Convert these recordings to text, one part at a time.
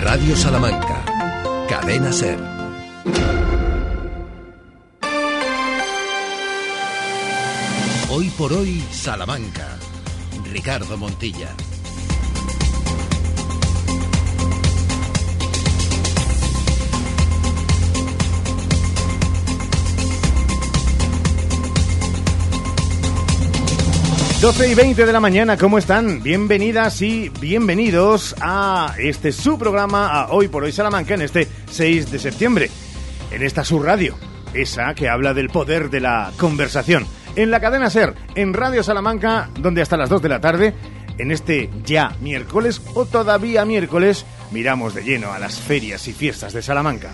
Radio Salamanca, Cadena SER. Hoy por hoy, Salamanca. Ricardo Montilla. Doce y 20 de la mañana, ¿cómo están? Bienvenidas y bienvenidos a este su programa, a Hoy por Hoy Salamanca, en este 6 de septiembre, en esta su radio, esa que habla del poder de la conversación, en la cadena SER, en Radio Salamanca, donde hasta las 2 de la tarde, en este ya miércoles o todavía miércoles, miramos de lleno a las ferias y fiestas de Salamanca.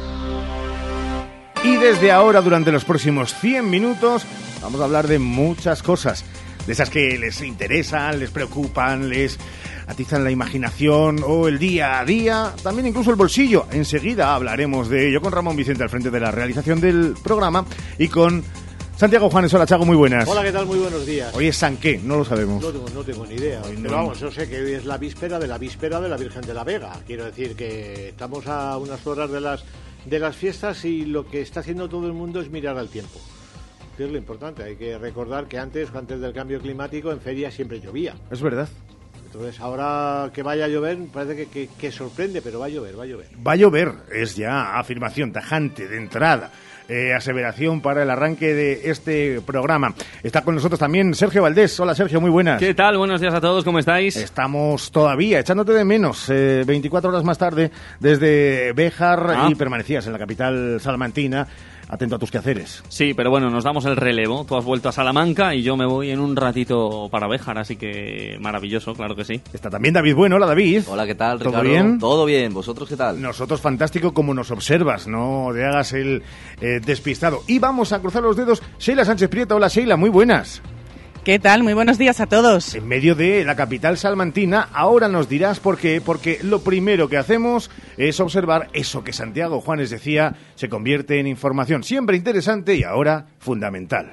Y desde ahora, durante los próximos 100 minutos, vamos a hablar de muchas cosas. De esas que les interesan, les preocupan, les atizan la imaginación o el día a día, también incluso el bolsillo. Enseguida hablaremos de ello con Ramón Vicente al frente de la realización del programa y con Santiago Juanes. Hola, Chago, muy buenas. Hola, ¿qué tal? Muy buenos días. Hoy es San qué, no lo sabemos. No tengo ni idea. Pero vamos, yo sé que hoy es la víspera de la Virgen de la Vega. Quiero decir que estamos a unas horas de las fiestas y lo que está haciendo todo el mundo es mirar al tiempo. Que es lo importante. Hay que recordar que antes del cambio climático en ferias siempre llovía. Es verdad. Entonces ahora que vaya a llover parece que sorprende, pero va a llover. Va a llover, es ya afirmación tajante de entrada. Aseveración para el arranque de este programa. Está con nosotros también Sergio Valdés. Hola, Sergio, muy buenas. ¿Qué tal? Buenos días a todos, ¿cómo estáis? Estamos todavía echándote de menos, 24 horas más tarde desde Béjar y permanecías en la capital salmantina. Atento a tus quehaceres. Sí, pero bueno, nos damos el relevo. Tú has vuelto a Salamanca y yo me voy en un ratito para Béjar, así que maravilloso, claro que sí. Está también David Bueno. Hola, David. Hola, ¿qué tal, Ricardo? ¿Todo bien? Todo bien. ¿Vosotros qué tal? Nosotros fantástico, como nos observas, no te hagas el despistado. Y vamos a cruzar los dedos. Sheila Sánchez Prieto. Hola, Sheila, muy buenas. ¿Qué tal? Muy buenos días a todos. En medio de la capital salmantina, ahora nos dirás por qué, porque lo primero que hacemos es observar eso que Santiago Juanes decía, se convierte en información siempre interesante y ahora fundamental.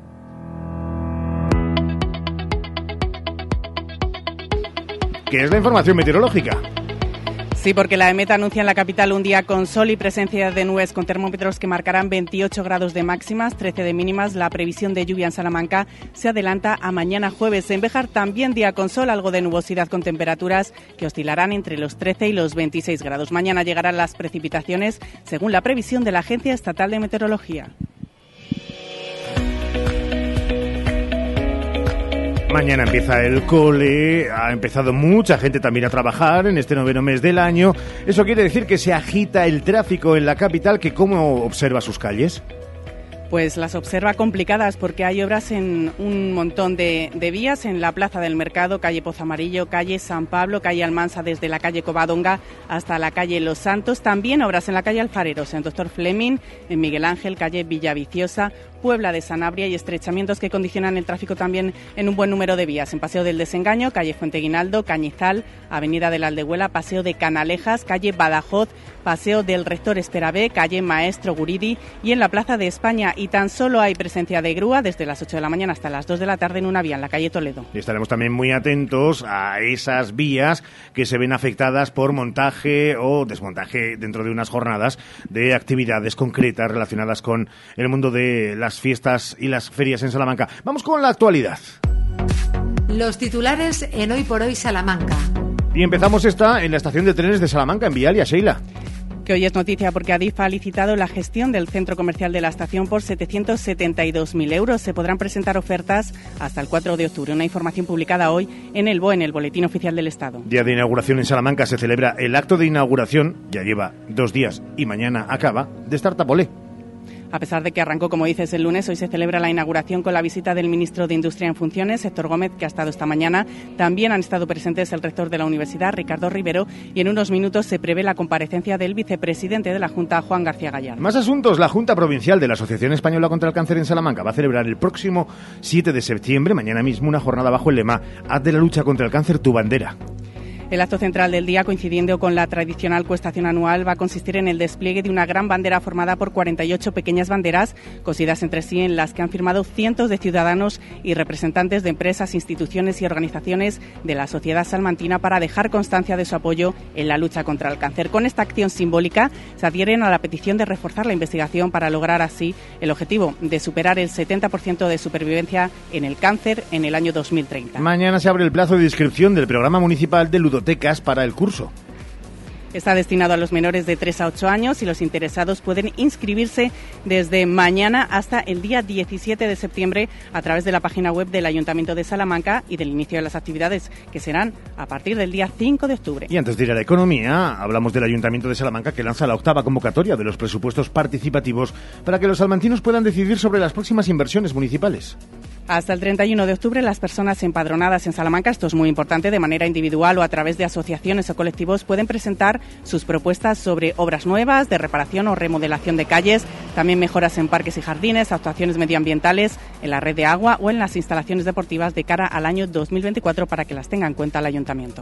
¿Qué es la información meteorológica? Sí, porque la EMET anuncia en la capital un día con sol y presencia de nubes con termómetros que marcarán 28 grados de máximas, 13 de mínimas. La previsión de lluvia en Salamanca se adelanta a mañana jueves. En Béjar también día con sol, algo de nubosidad con temperaturas que oscilarán entre los 13 y los 26 grados. Mañana llegarán las precipitaciones según la previsión de la Agencia Estatal de Meteorología. Mañana empieza el cole, ha empezado mucha gente también a trabajar en este noveno mes del año. Eso quiere decir que se agita el tráfico en la capital, que ¿cómo observa sus calles? Pues las observa complicadas porque hay obras en un montón de vías, en la Plaza del Mercado, calle Pozo Amarillo, calle San Pablo, calle Almansa, desde la calle Covadonga hasta la calle Los Santos. También obras en la calle Alfareros, en Doctor Fleming, en Miguel Ángel, calle Villaviciosa, Puebla de Sanabria y estrechamientos que condicionan el tráfico también en un buen número de vías. En Paseo del Desengaño, calle Fuente Guinaldo, Cañizal, Avenida de la Aldehuela, Paseo de Canalejas, calle Badajoz, Paseo del Rector Esperabé, calle Maestro Guridi y en la Plaza de España. Y tan solo hay presencia de grúa desde las 8 de la mañana hasta las 2 de la tarde en una vía en la calle Toledo. Y estaremos también muy atentos a esas vías que se ven afectadas por montaje o desmontaje dentro de unas jornadas de actividades concretas relacionadas con el mundo de las fiestas y las ferias en Salamanca. Vamos con la actualidad. Los titulares en Hoy por Hoy Salamanca. Y empezamos esta en la estación de trenes de Salamanca, en Vialia, Sheila. Que hoy es noticia porque Adif ha licitado la gestión del centro comercial de la estación por 772.000 euros. Se podrán presentar ofertas hasta el 4 de octubre. Una información publicada hoy en el BOE, en el Boletín Oficial del Estado. Día de inauguración en Salamanca. Se celebra el acto de inauguración, ya lleva 2 días y mañana acaba, de Startapolé. A pesar de que arrancó, como dices, el lunes, hoy se celebra la inauguración con la visita del ministro de Industria en funciones, Héctor Gómez, que ha estado esta mañana. También han estado presentes el rector de la universidad, Ricardo Rivero, y en unos minutos se prevé la comparecencia del vicepresidente de la Junta, Juan García Gallardo. Más asuntos. La Junta Provincial de la Asociación Española contra el Cáncer en Salamanca va a celebrar el próximo 7 de septiembre, mañana mismo, una jornada bajo el lema Haz de la lucha contra el cáncer tu bandera. El acto central del día, coincidiendo con la tradicional cuestación anual, va a consistir en el despliegue de una gran bandera formada por 48 pequeñas banderas cosidas entre sí, en las que han firmado cientos de ciudadanos y representantes de empresas, instituciones y organizaciones de la sociedad salmantina para dejar constancia de su apoyo en la lucha contra el cáncer. Con esta acción simbólica se adhieren a la petición de reforzar la investigación para lograr así el objetivo de superar el 70% de supervivencia en el cáncer en el año 2030. Mañana se abre el plazo de inscripción del programa municipal de ludotecas para el curso. Está destinado a los menores de 3 a 8 años y los interesados pueden inscribirse desde mañana hasta el día 17 de septiembre a través de la página web del Ayuntamiento de Salamanca y del inicio de las actividades, que serán a partir del día 5 de octubre. Y antes de ir a la economía, hablamos del Ayuntamiento de Salamanca, que lanza la 8ª convocatoria de los presupuestos participativos para que los salmantinos puedan decidir sobre las próximas inversiones municipales. Hasta el 31 de octubre, las personas empadronadas en Salamanca, esto es muy importante, de manera individual o a través de asociaciones o colectivos, pueden presentar sus propuestas sobre obras nuevas, de reparación o remodelación de calles, también mejoras en parques y jardines, actuaciones medioambientales, en la red de agua o en las instalaciones deportivas de cara al año 2024 para que las tenga en cuenta el Ayuntamiento.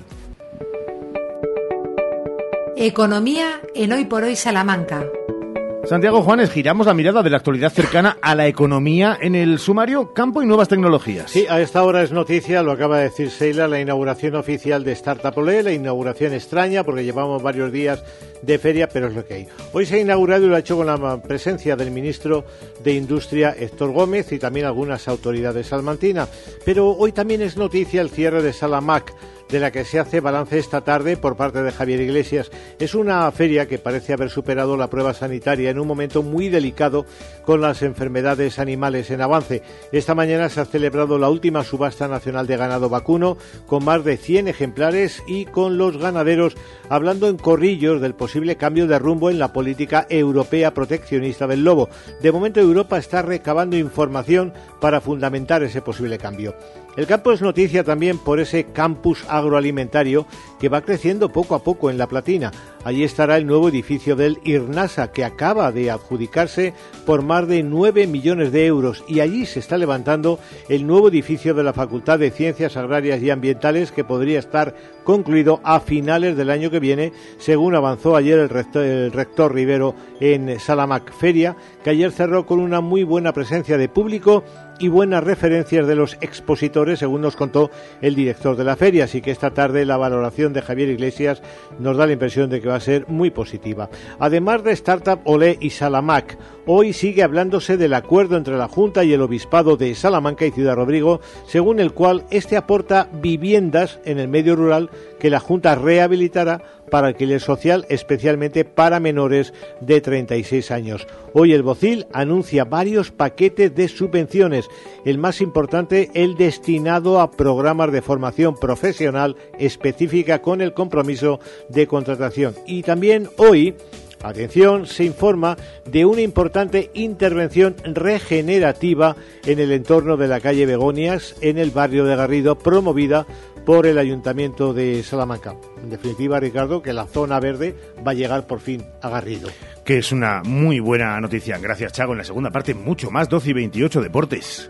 Economía en Hoy por Hoy Salamanca. Santiago Juanes, giramos la mirada de la actualidad cercana a la economía en el sumario Campo y Nuevas Tecnologías. Sí, a esta hora es noticia, lo acaba de decir Sheila, la inauguración oficial de Startup Olé, la inauguración extraña porque llevamos varios días de feria, pero es lo que hay. Hoy se ha inaugurado y lo ha hecho con la presencia del ministro de Industria, Héctor Gómez, y también algunas autoridades salmantinas. Pero hoy también es noticia el cierre de Salamac, de la que se hace balance esta tarde por parte de Javier Iglesias. Es una feria que parece haber superado la prueba sanitaria en un momento muy delicado con las enfermedades animales en avance. Esta mañana se ha celebrado la última subasta nacional de ganado vacuno con más de 100 ejemplares y con los ganaderos hablando en corrillos del posible cambio de rumbo en la política europea proteccionista del lobo. De momento Europa está recabando información para fundamentar ese posible cambio. El campo es noticia también por ese campus agroalimentario que va creciendo poco a poco en La Platina. Allí estará el nuevo edificio del IRNASA, que acaba de adjudicarse por más de 9 millones de euros, y allí se está levantando el nuevo edificio de la Facultad de Ciencias Agrarias y Ambientales, que podría estar concluido a finales del año que viene, según avanzó ayer el rector Rivero en Salamac Feria, que ayer cerró con una muy buena presencia de público y buenas referencias de los expositores, según nos contó el director de la feria. Así que esta tarde la valoración de Javier Iglesias nos da la impresión de que va a ser muy positiva. Además de Startup Olé y Salamac, hoy sigue hablándose del acuerdo entre la Junta y el Obispado de Salamanca y Ciudad Rodrigo, según el cual este aporta viviendas en el medio rural que la Junta rehabilitará para alquiler social, especialmente para menores de 36 años. Hoy el Bocil anuncia varios paquetes de subvenciones, el más importante el destinado a programas de formación profesional específica con el compromiso de contratación. Y también hoy, atención, se informa de una importante intervención regenerativa en el entorno de la calle Begonias, en el barrio de Garrido, promovida por el Ayuntamiento de Salamanca. En definitiva, Ricardo, que la zona verde va a llegar por fin a Garrido. Que es una muy buena noticia. Gracias, Chago. En la segunda parte, mucho más, 12:28 Deportes.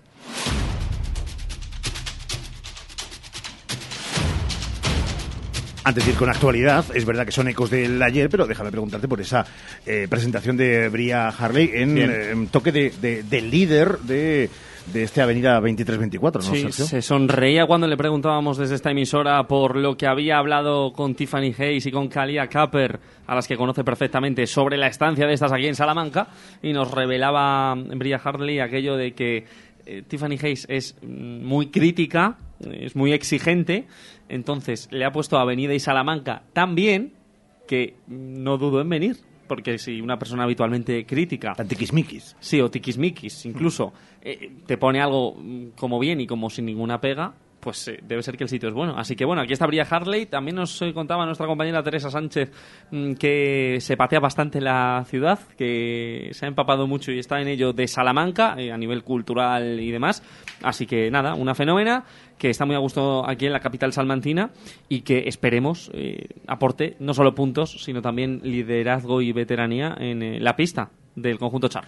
Antes de ir con actualidad, es verdad que son ecos del ayer, pero déjame preguntarte por esa presentación de Bria Harley en toque de líder de esta avenida 2324, ¿no, sí, Sergio? Se sonreía cuando le preguntábamos desde esta emisora por lo que había hablado con Tiffany Hayes y con Kalia Kapper, a las que conoce perfectamente, sobre la estancia de estas aquí en Salamanca, y nos revelaba Bria Harley aquello de que Tiffany Hayes es muy crítica, es muy exigente, entonces le ha puesto Avenida y Salamanca tan bien que no dudo en venir. Porque si una persona habitualmente crítica... Tan tiquismiquis. Sí, o tiquismiquis, incluso, te pone algo como bien y como sin ninguna pega, pues debe ser que el sitio es bueno. Así que bueno, aquí está Bria Harley. También nos contaba nuestra compañera Teresa Sánchez que se patea bastante la ciudad, que se ha empapado mucho y está en ello de Salamanca, a nivel cultural y demás. Así que nada, una fenómena que está muy a gusto aquí en la capital salmantina y que esperemos aporte no solo puntos, sino también liderazgo y veteranía en la pista del conjunto charro.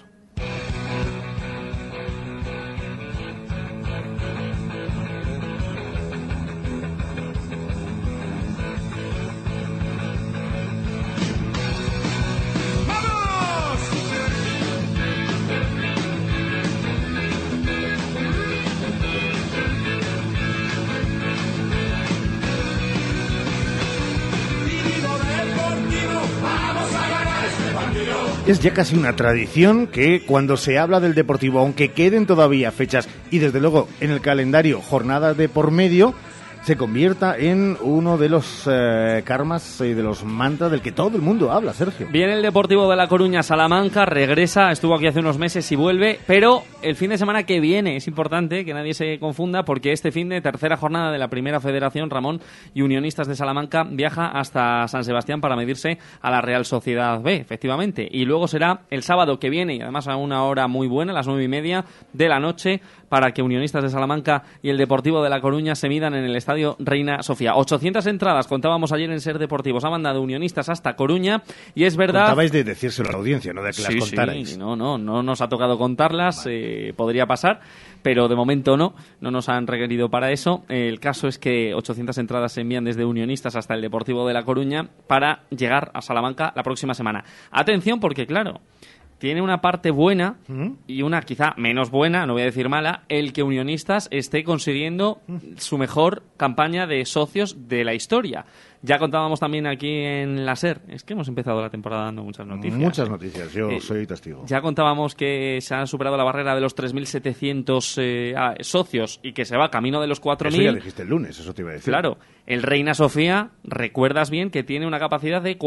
Es ya casi una tradición que cuando se habla del Deportivo, aunque queden todavía fechas y desde luego en el calendario jornadas de por medio, se convierta en uno de los karmas y de los mantras del que todo el mundo habla, Sergio. Viene el Deportivo de La Coruña, Salamanca, regresa, estuvo aquí hace unos meses y vuelve, pero el fin de semana que viene es importante que nadie se confunda porque este fin de tercera jornada de la Primera Federación, Ramón y Unionistas de Salamanca viaja hasta San Sebastián para medirse a la Real Sociedad B, efectivamente, y luego será el sábado que viene y además a una hora muy buena, a las 9:30 de la noche, para que Unionistas de Salamanca y el Deportivo de La Coruña se midan en el Estadio Reina Sofía. 800 entradas, contábamos ayer en Ser Deportivos, ha mandado Unionistas hasta Coruña y es verdad... Contabais de decírselo a la audiencia, no de que las contarais. Sí, no nos ha tocado contarlas, vale. Podría pasar, pero de momento no nos han requerido para eso. El caso es que 800 entradas se envían desde Unionistas hasta el Deportivo de La Coruña para llegar a Salamanca la próxima semana. Atención porque, claro... Tiene una parte buena y una quizá menos buena, no voy a decir mala, el que Unionistas esté consiguiendo su mejor campaña de socios de la historia. Ya contábamos también aquí en la SER, es que hemos empezado la temporada dando muchas noticias. Muchas noticias, yo soy testigo. Ya contábamos que se ha superado la barrera de los 3.700 socios y que se va camino de los 4.000. Eso ya dijiste el lunes, eso te iba a decir. Claro, el Reina Sofía, recuerdas bien que tiene una capacidad de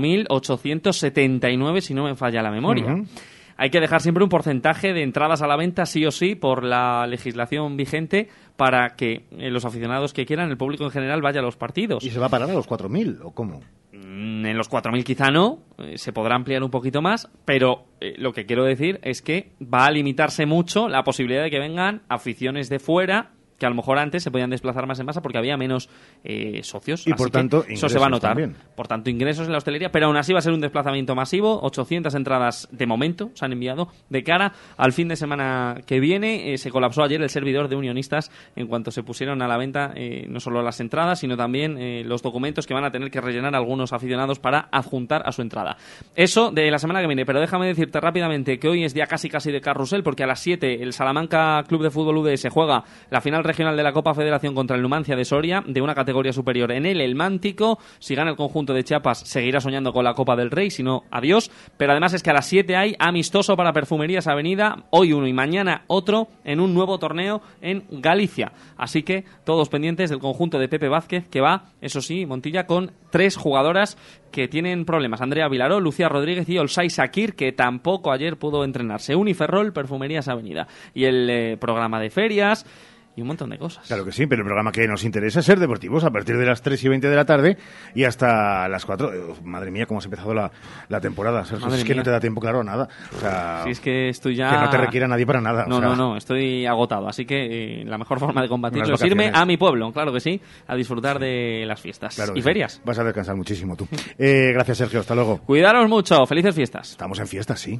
4.879, si no me falla la memoria. Hay que dejar siempre un porcentaje de entradas a la venta, sí o sí, por la legislación vigente, para que los aficionados que quieran, el público en general, vaya a los partidos. ¿Y se va a parar a los 4.000 o cómo? En los 4.000 quizá no, se podrá ampliar un poquito más, pero lo que quiero decir es que va a limitarse mucho la posibilidad de que vengan aficiones de fuera, que a lo mejor antes se podían desplazar más en masa porque había menos socios. Y por tanto, eso se va a notar. También. Por tanto, ingresos en la hostelería, pero aún así va a ser un desplazamiento masivo. 800 entradas de momento se han enviado de cara al fin de semana que viene. Se colapsó ayer el servidor de Unionistas en cuanto se pusieron a la venta no solo las entradas, sino también los documentos que van a tener que rellenar algunos aficionados para adjuntar a su entrada. Eso de la semana que viene, pero déjame decirte rápidamente que hoy es día casi de carrusel porque a las 7 el Salamanca Club de Fútbol UDS juega la final regional de la Copa Federación contra el Numancia de Soria, de una categoría superior en el Mántico. Si gana el conjunto de Chiapas, seguirá soñando con la Copa del Rey, si no, adiós. Pero además es que a las 7 hay amistoso para Perfumerías Avenida, hoy uno y mañana otro, en un nuevo torneo en Galicia. Así que todos pendientes del conjunto de Pepe Vázquez, que va, eso sí, Montilla, con 3 jugadoras que tienen problemas. Andrea Vilaró, Lucía Rodríguez y Olsay Sakir, que tampoco ayer pudo entrenarse. Uniferrol, Perfumerías Avenida. Y el programa de ferias... y un montón de cosas. Claro que sí, pero el programa que nos interesa es Ser Deportivos a partir de las 3:20 de la tarde y hasta las 4. Madre mía, cómo has empezado la temporada, Sergio. Es que no te da tiempo, claro, nada. O sea, si es que estoy ya... Que no te requiera nadie para nada. No, estoy agotado. Así que la mejor forma de combatirlo es irme a mi pueblo, claro que sí, a disfrutar de las fiestas y ferias. Sí. Vas a descansar muchísimo tú. Gracias, Sergio. Hasta luego. Cuidaros mucho. Felices fiestas. Estamos en fiestas, sí.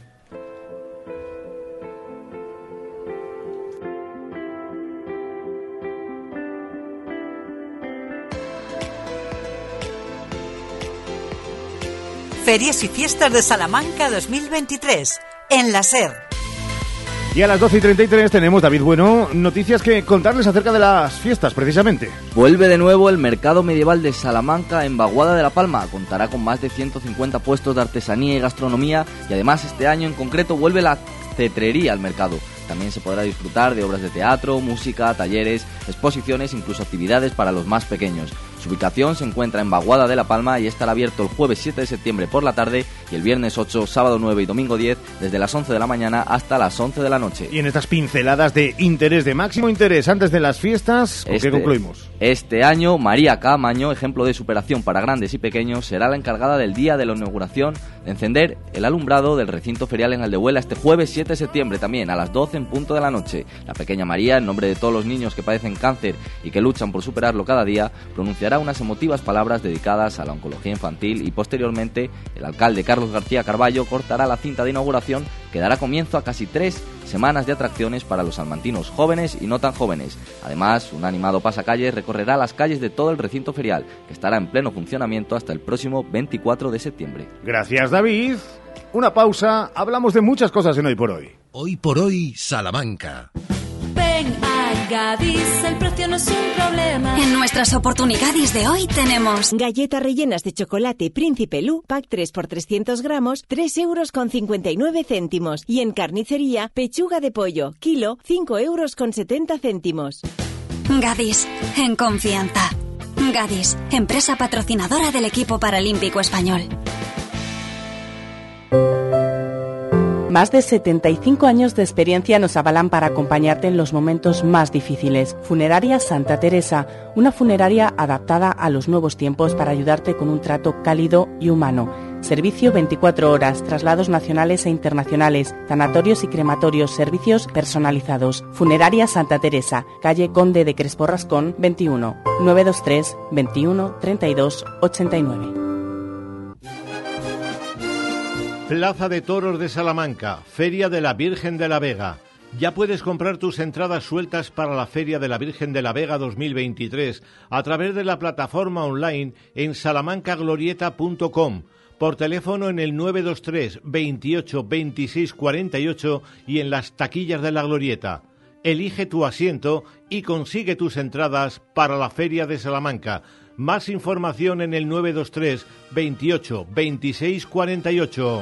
Ferias y Fiestas de Salamanca 2023, en la SER. Y a las 12:33 tenemos, David Bueno, noticias que contarles acerca de las fiestas, precisamente. Vuelve de nuevo el Mercado Medieval de Salamanca en Baguada de la Palma. Contará con más de 150 puestos de artesanía y gastronomía y además este año en concreto vuelve la cetrería al mercado. También se podrá disfrutar de obras de teatro, música, talleres, exposiciones, incluso actividades para los más pequeños. Su ubicación se encuentra en Baguada de la Palma y estará abierto el jueves 7 de septiembre por la tarde y el viernes 8, sábado 9 y domingo 10 desde las 11 de la mañana hasta las 11 de la noche. Y en estas pinceladas de interés, de máximo interés antes de las fiestas, ¿con qué concluimos? Este año, María Camaño, ejemplo de superación para grandes y pequeños, será la encargada del día de la inauguración de encender el alumbrado del recinto ferial en Aldehuela este jueves 7 de septiembre también a las 12 en punto de la noche. La pequeña María, en nombre de todos los niños que padecen cáncer y que luchan por superarlo cada día, pronunciará unas emotivas palabras dedicadas a la oncología infantil y posteriormente el alcalde Carlos García Carballo cortará la cinta de inauguración que dará comienzo a casi 3 semanas de atracciones para los salmantinos jóvenes y no tan jóvenes. Además, un animado pasacalles recorrerá las calles de todo el recinto ferial, que estará en pleno funcionamiento hasta el próximo 24 de septiembre. Gracias, David. Una pausa, hablamos de muchas cosas en Hoy por Hoy. Hoy por Hoy, Salamanca. Ven a Gadis, el precio no es un problema. En nuestras oportunidades de hoy tenemos galletas rellenas de chocolate Príncipe Lu, pack 3 por 300 gramos, 3,59 €. Y en carnicería, pechuga de pollo, kilo, 5,70 €. Gadis, en confianza. Gadis, empresa patrocinadora del equipo paralímpico español. Más de 75 años de experiencia nos avalan para acompañarte en los momentos más difíciles. Funeraria Santa Teresa, una funeraria adaptada a los nuevos tiempos para ayudarte con un trato cálido y humano. Servicio 24 horas, traslados nacionales e internacionales, tanatorios y crematorios, servicios personalizados. Funeraria Santa Teresa, calle Conde de Crespo Rascón, 21, 923 21 32 89. Plaza de Toros de Salamanca, Feria de la Virgen de la Vega. Ya puedes comprar tus entradas sueltas para la Feria de la Virgen de la Vega 2023 a través de la plataforma online en salamancaglorieta.com, por teléfono en el 923 28 26 48 y en las taquillas de la Glorieta. Elige tu asiento y consigue tus entradas para la Feria de Salamanca. Más información en el 923 28 26 48.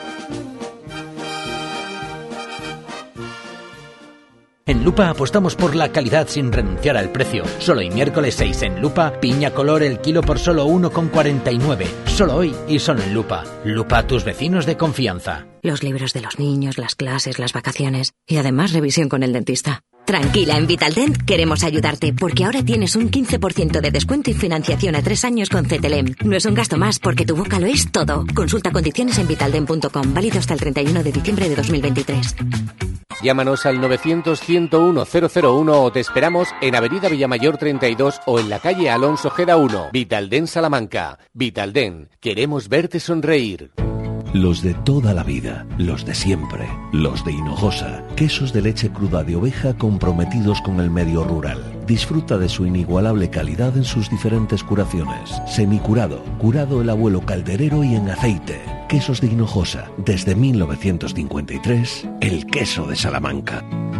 En Lupa apostamos por la calidad sin renunciar al precio. Solo hoy miércoles 6 en Lupa, piña color el kilo por solo 1,49. Solo hoy y solo en Lupa. Lupa, tus vecinos de confianza. Los libros de los niños, las clases, las vacaciones y además revisión con el dentista. Tranquila, en Vitaldent queremos ayudarte porque ahora tienes un 15% de descuento y financiación a 3 años con CTLM. No es un gasto más porque tu boca lo es todo. Consulta condiciones en vitaldent.com, válido hasta el 31 de diciembre de 2023. Llámanos al 900-101-001 o te esperamos en Avenida Villamayor 32 o en la calle Alonso Ojeda 1. Vitaldent Salamanca. Vitaldent, queremos verte sonreír. Los de toda la vida, los de siempre, los de Hinojosa, quesos de leche cruda de oveja comprometidos con el medio rural. Disfruta de su inigualable calidad en sus diferentes curaciones. Semicurado, curado el abuelo calderero y en aceite. Quesos de Hinojosa, desde 1953, el queso de Salamanca.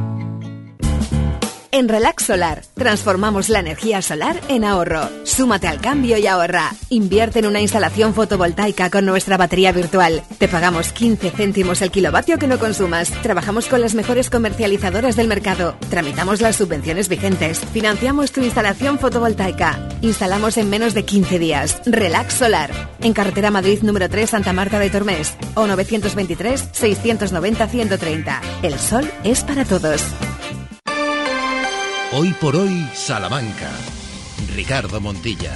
En Relax Solar, transformamos la energía solar en ahorro. Súmate al cambio y ahorra. Invierte en una instalación fotovoltaica con nuestra batería virtual. Te pagamos 15 céntimos el kilovatio que no consumas. Trabajamos con las mejores comercializadoras del mercado. Tramitamos las subvenciones vigentes. Financiamos tu instalación fotovoltaica. Instalamos en menos de 15 días. Relax Solar. En carretera Madrid número 3, Santa Marta de Tormes. O 923 690 130. El sol es para todos. Hoy por hoy, Salamanca. Ricardo Montilla.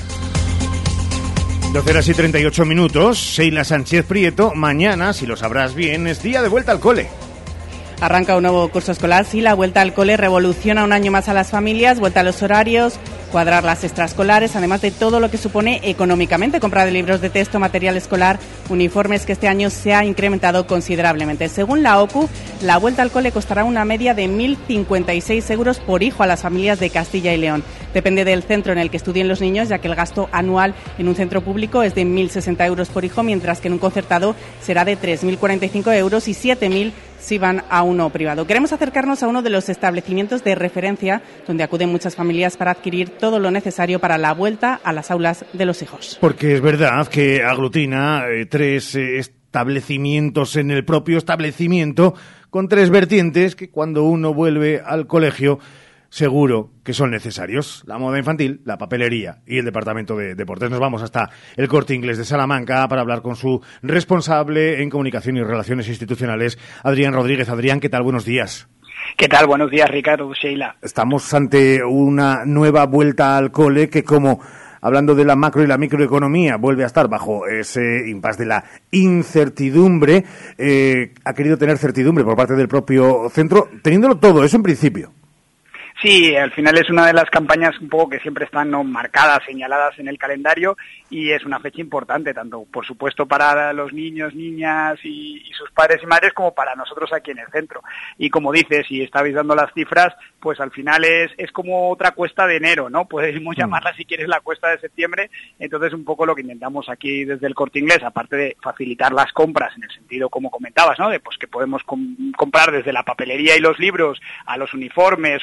12:38. Sheila Sánchez Prieto. Mañana, si lo sabrás bien, es día de vuelta al cole. Arranca un nuevo curso escolar. Sí, la vuelta al cole revoluciona un año más a las familias, vuelta a los horarios, cuadrar las extraescolares, además de todo lo que supone económicamente compra de libros de texto, material escolar, uniformes, que este año se ha incrementado considerablemente. Según la OCU, la vuelta al cole costará una media de 1.056 euros por hijo a las familias de Castilla y León. Depende del centro en el que estudien los niños, ya que el gasto anual en un centro público es de 1.060 euros por hijo, mientras que en un concertado será de 3.045 euros y 7.000 si van a uno privado. Queremos acercarnos a uno de los establecimientos de referencia donde acuden muchas familias para adquirir todo lo necesario para la vuelta a las aulas de los hijos. Porque es verdad que aglutina 3 establecimientos en el propio establecimiento, con 3 vertientes que cuando uno vuelve al colegio seguro que son necesarios: la moda infantil, la papelería y el departamento de deportes. Nos vamos hasta el Corte Inglés de Salamanca para hablar con su responsable en comunicación y relaciones institucionales, Adrián Rodríguez. Adrián, ¿qué tal? Buenos días. ¿Qué tal? Buenos días, Ricardo, Sheila. Estamos ante una nueva vuelta al cole que, como hablando de la macro y la microeconomía, vuelve a estar bajo ese impasse de la incertidumbre. Ha querido tener certidumbre por parte del propio centro, teniéndolo todo eso en principio. Sí, al final es una de las campañas un poco que siempre están marcadas, señaladas en el calendario, y es una fecha importante, tanto por supuesto para los niños, niñas y sus padres y madres, como para nosotros aquí en el centro. Y como dices, y estabais dando las cifras, pues al final es como otra cuesta de enero, ¿no? Podemos llamarla, si quieres, la cuesta de septiembre. Entonces, un poco lo que intentamos aquí desde el Corte Inglés, aparte de facilitar las compras en el sentido, como comentabas, ¿no? De pues que podemos comprar desde la papelería y los libros a los uniformes o a la ropa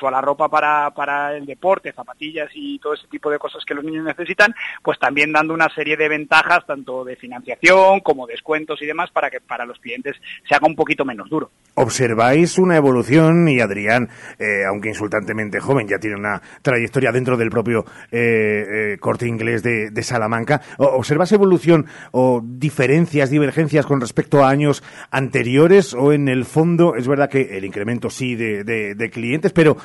ropa para el deporte, zapatillas y todo ese tipo de cosas que los niños necesitan, pues también dando una serie de ventajas, tanto de financiación como descuentos y demás, para que para los clientes se haga un poquito menos duro. Observáis una evolución, y Adrián, aunque insultantemente joven, ya tiene una trayectoria dentro del propio Corte Inglés de Salamanca. ¿Observas evolución o diferencias, divergencias con respecto a años anteriores, o en el fondo es verdad que el incremento sí de clientes, pero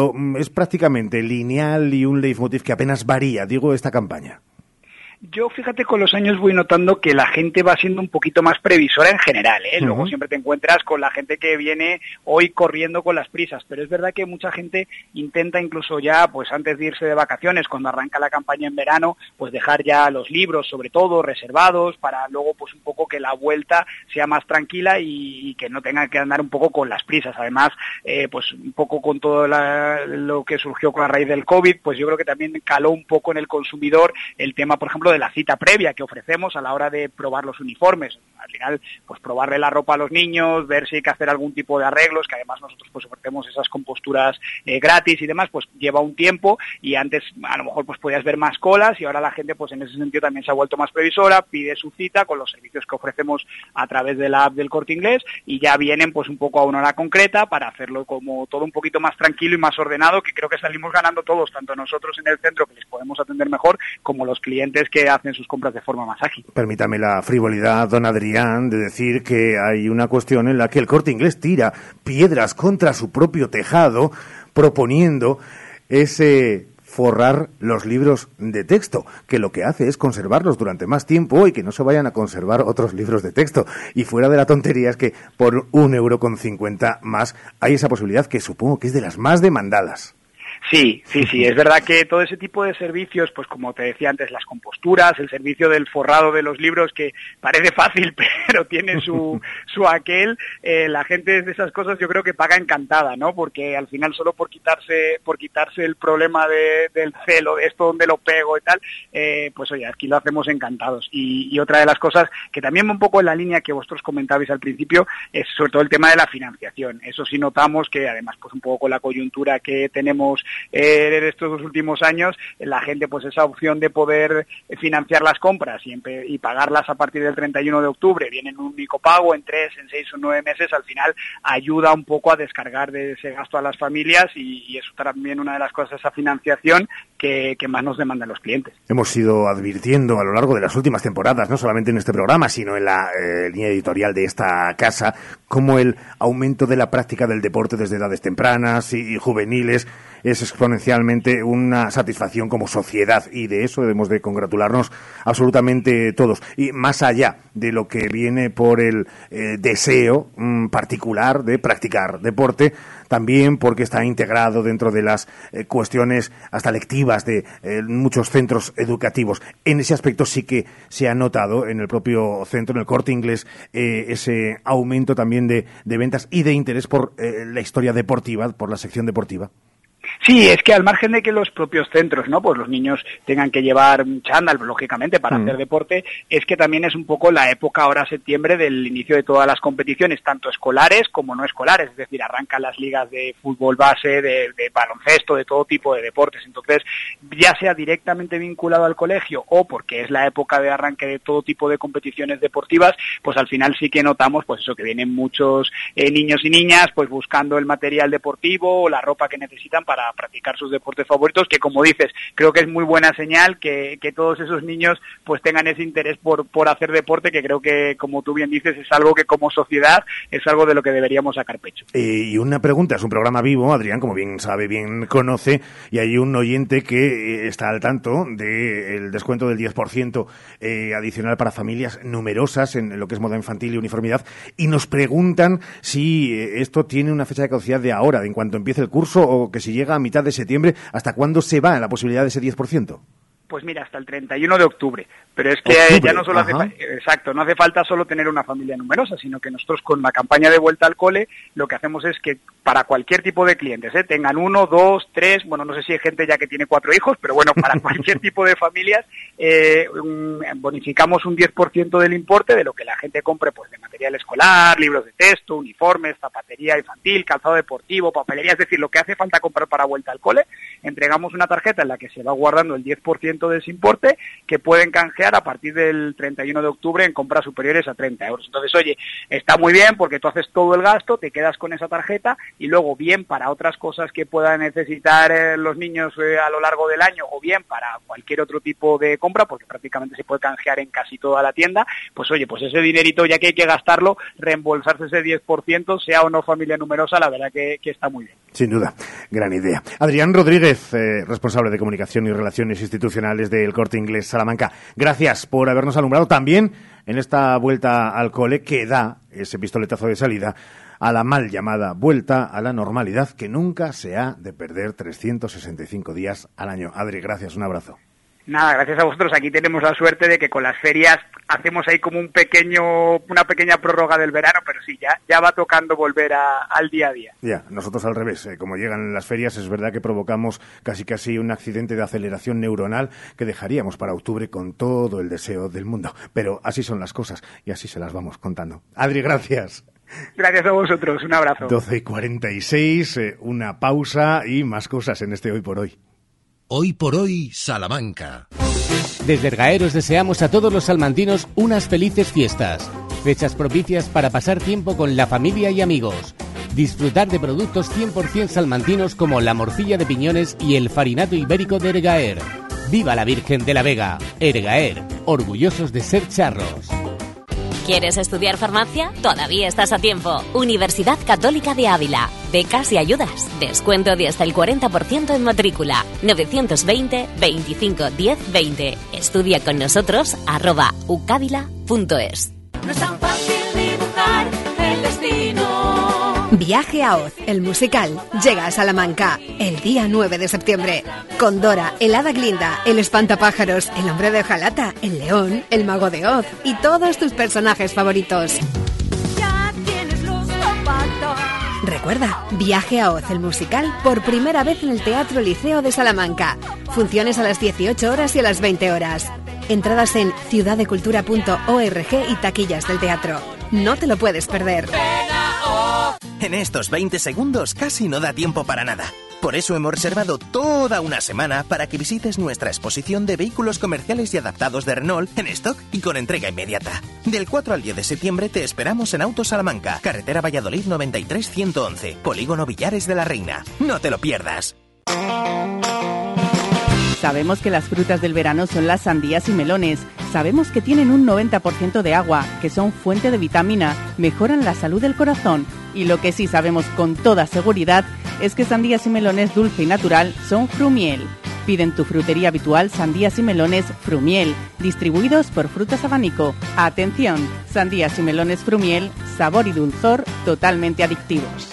es prácticamente lineal y un leitmotiv que apenas varía, digo, esta campaña? Yo, fíjate, con los años voy notando que la gente va siendo un poquito más previsora en general, ¿eh? Luego siempre te encuentras con la gente que viene hoy corriendo con las prisas, pero es verdad que mucha gente intenta incluso ya, pues antes de irse de vacaciones, cuando arranca la campaña en verano, pues dejar ya los libros, sobre todo, reservados, para luego pues un poco que la vuelta sea más tranquila y que no tengan que andar un poco con las prisas. Además, pues un poco con todo lo que surgió con la raíz del COVID, pues yo creo que también caló un poco en el consumidor el tema, por ejemplo, de la cita previa que ofrecemos a la hora de probar los uniformes. Al final, pues probarle la ropa a los niños, ver si hay que hacer algún tipo de arreglos, que además nosotros pues ofrecemos esas composturas gratis y demás, pues lleva un tiempo, y antes a lo mejor pues podías ver más colas, y ahora la gente pues en ese sentido también se ha vuelto más previsora, pide su cita con los servicios que ofrecemos a través de la app del Corte Inglés, y ya vienen pues un poco a una hora concreta para hacerlo como todo un poquito más tranquilo y más ordenado, que creo que salimos ganando todos, tanto nosotros en el centro, que les podemos atender mejor, como los clientes que hacen sus compras de forma más ágil. Permítame la frivolidad, don Adrián, de decir que hay una cuestión en la que el Corte Inglés tira piedras contra su propio tejado, proponiendo ese forrar los libros de texto, que lo que hace es conservarlos durante más tiempo y que no se vayan a conservar otros libros de texto. Y fuera de la tontería, es que por 1,50 € más hay esa posibilidad, que supongo que es de las más demandadas. Sí, es verdad que todo ese tipo de servicios, pues como te decía antes, las composturas, el servicio del forrado de los libros, que parece fácil, pero tiene su aquel, la gente de esas cosas yo creo que paga encantada, ¿no? Porque al final, solo por quitarse el problema del celo, de esto donde lo pego y tal, pues oye, aquí lo hacemos encantados. Y otra de las cosas que también va un poco en la línea que vosotros comentabais al principio, es sobre todo el tema de la financiación. Eso sí notamos que, además, pues un poco con la coyuntura que tenemos en estos 2 últimos años, la gente, pues esa opción de poder financiar las compras y pagarlas a partir del 31 de octubre, viene en un único pago, en 3, en 6 o 9 meses, al final ayuda un poco a descargar de ese gasto a las familias, y eso también una de las cosas, esa financiación que más nos demandan los clientes. Hemos ido advirtiendo a lo largo de las últimas temporadas, no solamente en este programa, sino en la línea editorial de esta casa, como el aumento de la práctica del deporte desde edades tempranas y juveniles es exponencialmente una satisfacción como sociedad, y de eso debemos de congratularnos absolutamente todos. Y más allá de lo que viene por el deseo particular de practicar deporte, también porque está integrado dentro de las cuestiones hasta lectivas de muchos centros educativos. En ese aspecto sí que se ha notado en el propio centro, en el Corte Inglés, ese aumento también de ventas y de interés por la historia deportiva, por la sección deportiva. Sí, es que al margen de que los propios centros, ¿no?, pues los niños tengan que llevar chándal, lógicamente, para hacer deporte, es que también es un poco la época, ahora septiembre, del inicio de todas las competiciones, tanto escolares como no escolares, es decir, arrancan las ligas de fútbol base, de baloncesto, de todo tipo de deportes. Entonces, ya sea directamente vinculado al colegio o porque es la época de arranque de todo tipo de competiciones deportivas, pues al final sí que notamos, pues eso, que vienen muchos niños y niñas pues buscando el material deportivo o la ropa que necesitan para practicar sus deportes favoritos, que, como dices, creo que es muy buena señal que todos esos niños pues tengan ese interés por hacer deporte, que creo que, como tú bien dices, es algo que como sociedad es algo de lo que deberíamos sacar pecho. Y una pregunta, es un programa vivo, Adrián, como bien sabe, bien conoce, y hay un oyente que está al tanto del descuento del 10% adicional para familias numerosas en lo que es moda infantil y uniformidad, y nos preguntan si esto tiene una fecha de caducidad de ahora, de en cuanto empiece el curso, o que si llega a mitad de septiembre, ¿hasta cuándo se va la posibilidad de ese 10%? Pues mira, hasta el 31 de octubre. Pero es que ya no solo no hace falta solo tener una familia numerosa, sino que nosotros con la campaña de vuelta al cole lo que hacemos es que para cualquier tipo de clientes, tengan 1, 2, 3, bueno, no sé si hay gente ya que tiene 4 hijos, pero bueno, para cualquier tipo de familias bonificamos un 10% del importe de lo que la gente compre, pues de material material escolar, libros de texto, uniformes, zapatería infantil, calzado deportivo, papelería, es decir, lo que hace falta comprar para vuelta al cole. Entregamos una tarjeta en la que se va guardando el 10% de ese importe, que pueden canjear a partir del 31 de octubre en compras superiores a 30 euros. Entonces, oye, está muy bien porque tú haces todo el gasto, te quedas con esa tarjeta y luego bien para otras cosas que puedan necesitar los niños a lo largo del año, o bien para cualquier otro tipo de compra, porque prácticamente se puede canjear en casi toda la tienda, pues oye, pues ese dinerito, ya que hay que gastarlo, reembolsarse ese 10%, sea o no familia numerosa, la verdad que está muy bien. Sin duda, gran idea. Adrián Rodríguez, responsable de Comunicación y Relaciones Institucionales del Corte Inglés Salamanca, gracias por habernos alumbrado también en esta vuelta al cole que da ese pistoletazo de salida a la mal llamada vuelta a la normalidad, que nunca se ha de perder 365 días al año. Adri, gracias, un abrazo. Nada, gracias a vosotros. Aquí tenemos la suerte de que con las ferias hacemos ahí como una pequeña prórroga del verano, pero sí, ya va tocando volver al día a día. Ya, nosotros al revés. Como llegan las ferias, es verdad que provocamos casi un accidente de aceleración neuronal que dejaríamos para octubre con todo el deseo del mundo. Pero así son las cosas y así se las vamos contando. Adri, gracias. Gracias a vosotros, un abrazo. 12:46, una pausa y más cosas en este Hoy por Hoy. Hoy por Hoy, Salamanca. Desde Ergaer os deseamos a todos los salmantinos unas felices fiestas. Fechas propicias para pasar tiempo con la familia y amigos. Disfrutar de productos 100% salmantinos como la morcilla de piñones y el farinato ibérico de Ergaer. ¡Viva la Virgen de la Vega! Ergaer, orgullosos de ser charros. ¿Quieres estudiar farmacia? Todavía estás a tiempo. Universidad Católica de Ávila. Becas y ayudas. Descuento de hasta el 40% en matrícula. 920 25 10 20. Estudia con nosotros @ucavila.es. No es tan fácil dibujar el destino. Viaje a Oz, el musical, llega a Salamanca el día 9 de septiembre. Con Dora, el Hada Glinda, el Espantapájaros, el Hombre de Hojalata, el León, el Mago de Oz y todos tus personajes favoritos. Ya tienes los zapatos. Recuerda, Viaje a Oz, el musical, por primera vez en el Teatro Liceo de Salamanca. Funciones a las 18 horas y a las 20 horas. Entradas en ciudaddecultura.org y taquillas del teatro. No te lo puedes perder. En estos 20 segundos casi no da tiempo para nada. Por eso hemos reservado toda una semana para que visites nuestra exposición de vehículos comerciales y adaptados de Renault en stock y con entrega inmediata. Del 4 al 10 de septiembre te esperamos en Auto Salamanca, carretera Valladolid 93-111, Polígono Villares de la Reina. No te lo pierdas. Sabemos que las frutas del verano son las sandías y melones. Sabemos que tienen un 90% de agua, que son fuente de vitamina, mejoran la salud del corazón. Y lo que sí sabemos con toda seguridad es que sandías y melones dulce y natural son Frumiel. Pide en tu frutería habitual sandías y melones Frumiel, distribuidos por Frutas Abanico. Atención, sandías y melones Frumiel, sabor y dulzor totalmente adictivos.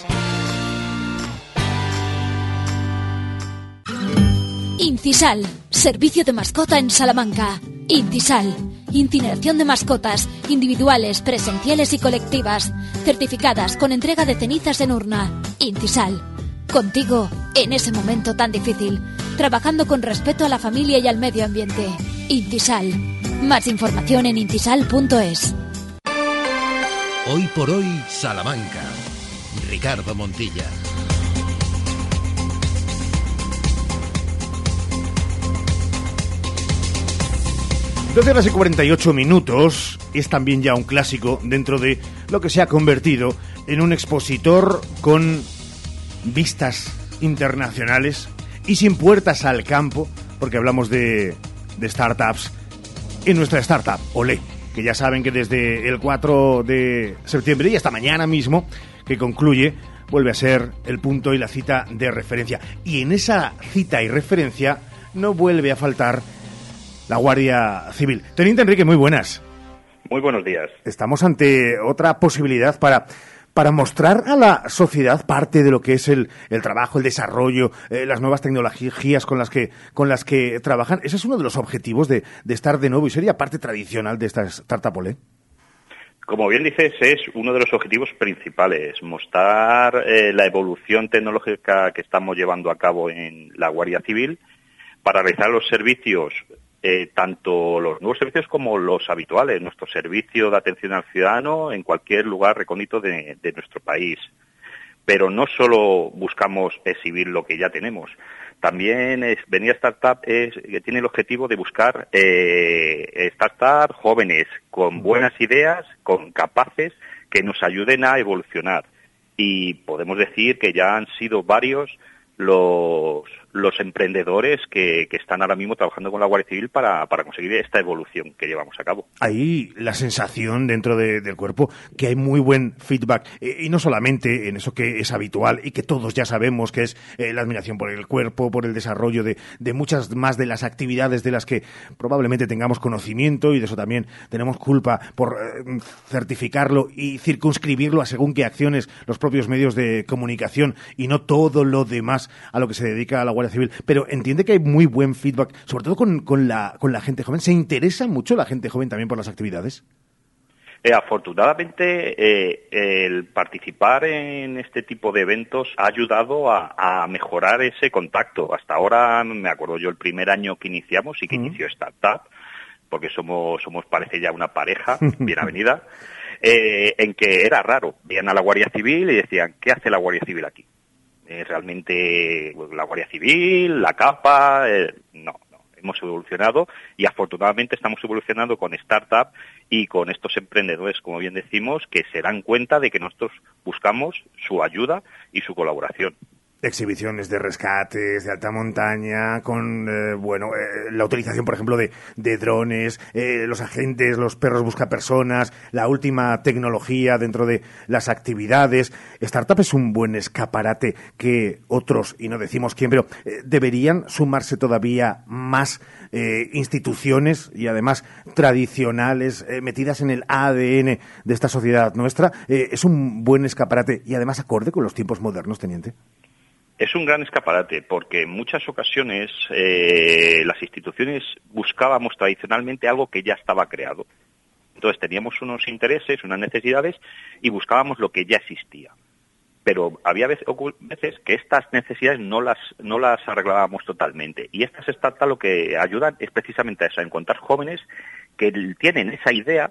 Incisal, servicio de mascota en Salamanca. Incisal, incineración de mascotas, individuales, presenciales y colectivas, certificadas con entrega de cenizas en urna. Incisal, contigo en ese momento tan difícil, trabajando con respeto a la familia y al medio ambiente. Incisal, más información en incisal.es. Hoy por Hoy, Salamanca. Ricardo Montilla. 12:48 es también ya un clásico dentro de lo que se ha convertido en un expositor con vistas internacionales y sin puertas al campo, porque hablamos de startups en nuestra startup, Olé, que ya saben que desde el 4 de septiembre y hasta mañana mismo, que concluye, vuelve a ser el punto y la cita de referencia. Y en esa cita y referencia no vuelve a faltar la Guardia Civil. Teniente Enrique, muy buenas. Muy buenos días. Estamos ante otra posibilidad para mostrar a la sociedad parte de lo que es el trabajo, el desarrollo, las nuevas tecnologías con las que trabajan. Ese es uno de los objetivos de estar de nuevo y sería parte tradicional de esta startup Olé. Como bien dices, es uno de los objetivos principales, mostrar la evolución tecnológica que estamos llevando a cabo en la Guardia Civil para realizar los servicios tanto los nuevos servicios como los habituales, nuestro servicio de atención al ciudadano en cualquier lugar recóndito de nuestro país. Pero no solo buscamos exhibir lo que ya tenemos, también venir a Startup tiene el objetivo de buscar startups jóvenes con buenas ideas, con capaces, que nos ayuden a evolucionar. Y podemos decir que ya han sido varios los emprendedores que están ahora mismo trabajando con la Guardia Civil para conseguir esta evolución que llevamos a cabo. Hay la sensación dentro del cuerpo que hay muy buen feedback, y no solamente en eso que es habitual y que todos ya sabemos, que es la admiración por el cuerpo, por el desarrollo de muchas más de las actividades de las que probablemente tengamos conocimiento, y de eso también tenemos culpa por certificarlo y circunscribirlo a según qué acciones los propios medios de comunicación y no todo lo demás a lo que se dedica a la Guardia Civil. Pero entiende que hay muy buen feedback, sobre todo con la gente joven. ¿Se interesa mucho la gente joven también por las actividades? Afortunadamente, el participar en este tipo de eventos ha ayudado a mejorar ese contacto. Hasta ahora, me acuerdo yo el primer año que iniciamos y que inició Startup, porque somos parece ya una pareja bien avenida, en que era raro. Veían a la Guardia Civil y decían, ¿qué hace la Guardia Civil aquí? Realmente la Guardia Civil, la capa, no, hemos evolucionado y afortunadamente estamos evolucionando con Startup y con estos emprendedores, como bien decimos, que se dan cuenta de que nosotros buscamos su ayuda y su colaboración. Exhibiciones de rescates de alta montaña, con la utilización, por ejemplo, de drones, los agentes, los perros buscapersonas, la última tecnología dentro de las actividades. Startup es un buen escaparate que otros, y no decimos quién, pero deberían sumarse todavía más instituciones y además tradicionales, metidas en el ADN de esta sociedad nuestra. Es un buen escaparate y además acorde con los tiempos modernos, teniente. Es un gran escaparate porque en muchas ocasiones las instituciones buscábamos tradicionalmente algo que ya estaba creado. Entonces teníamos unos intereses, unas necesidades y buscábamos lo que ya existía. Pero había veces que estas necesidades no las arreglábamos totalmente. Y estas startups lo que ayudan es precisamente a eso, a encontrar jóvenes que tienen esa idea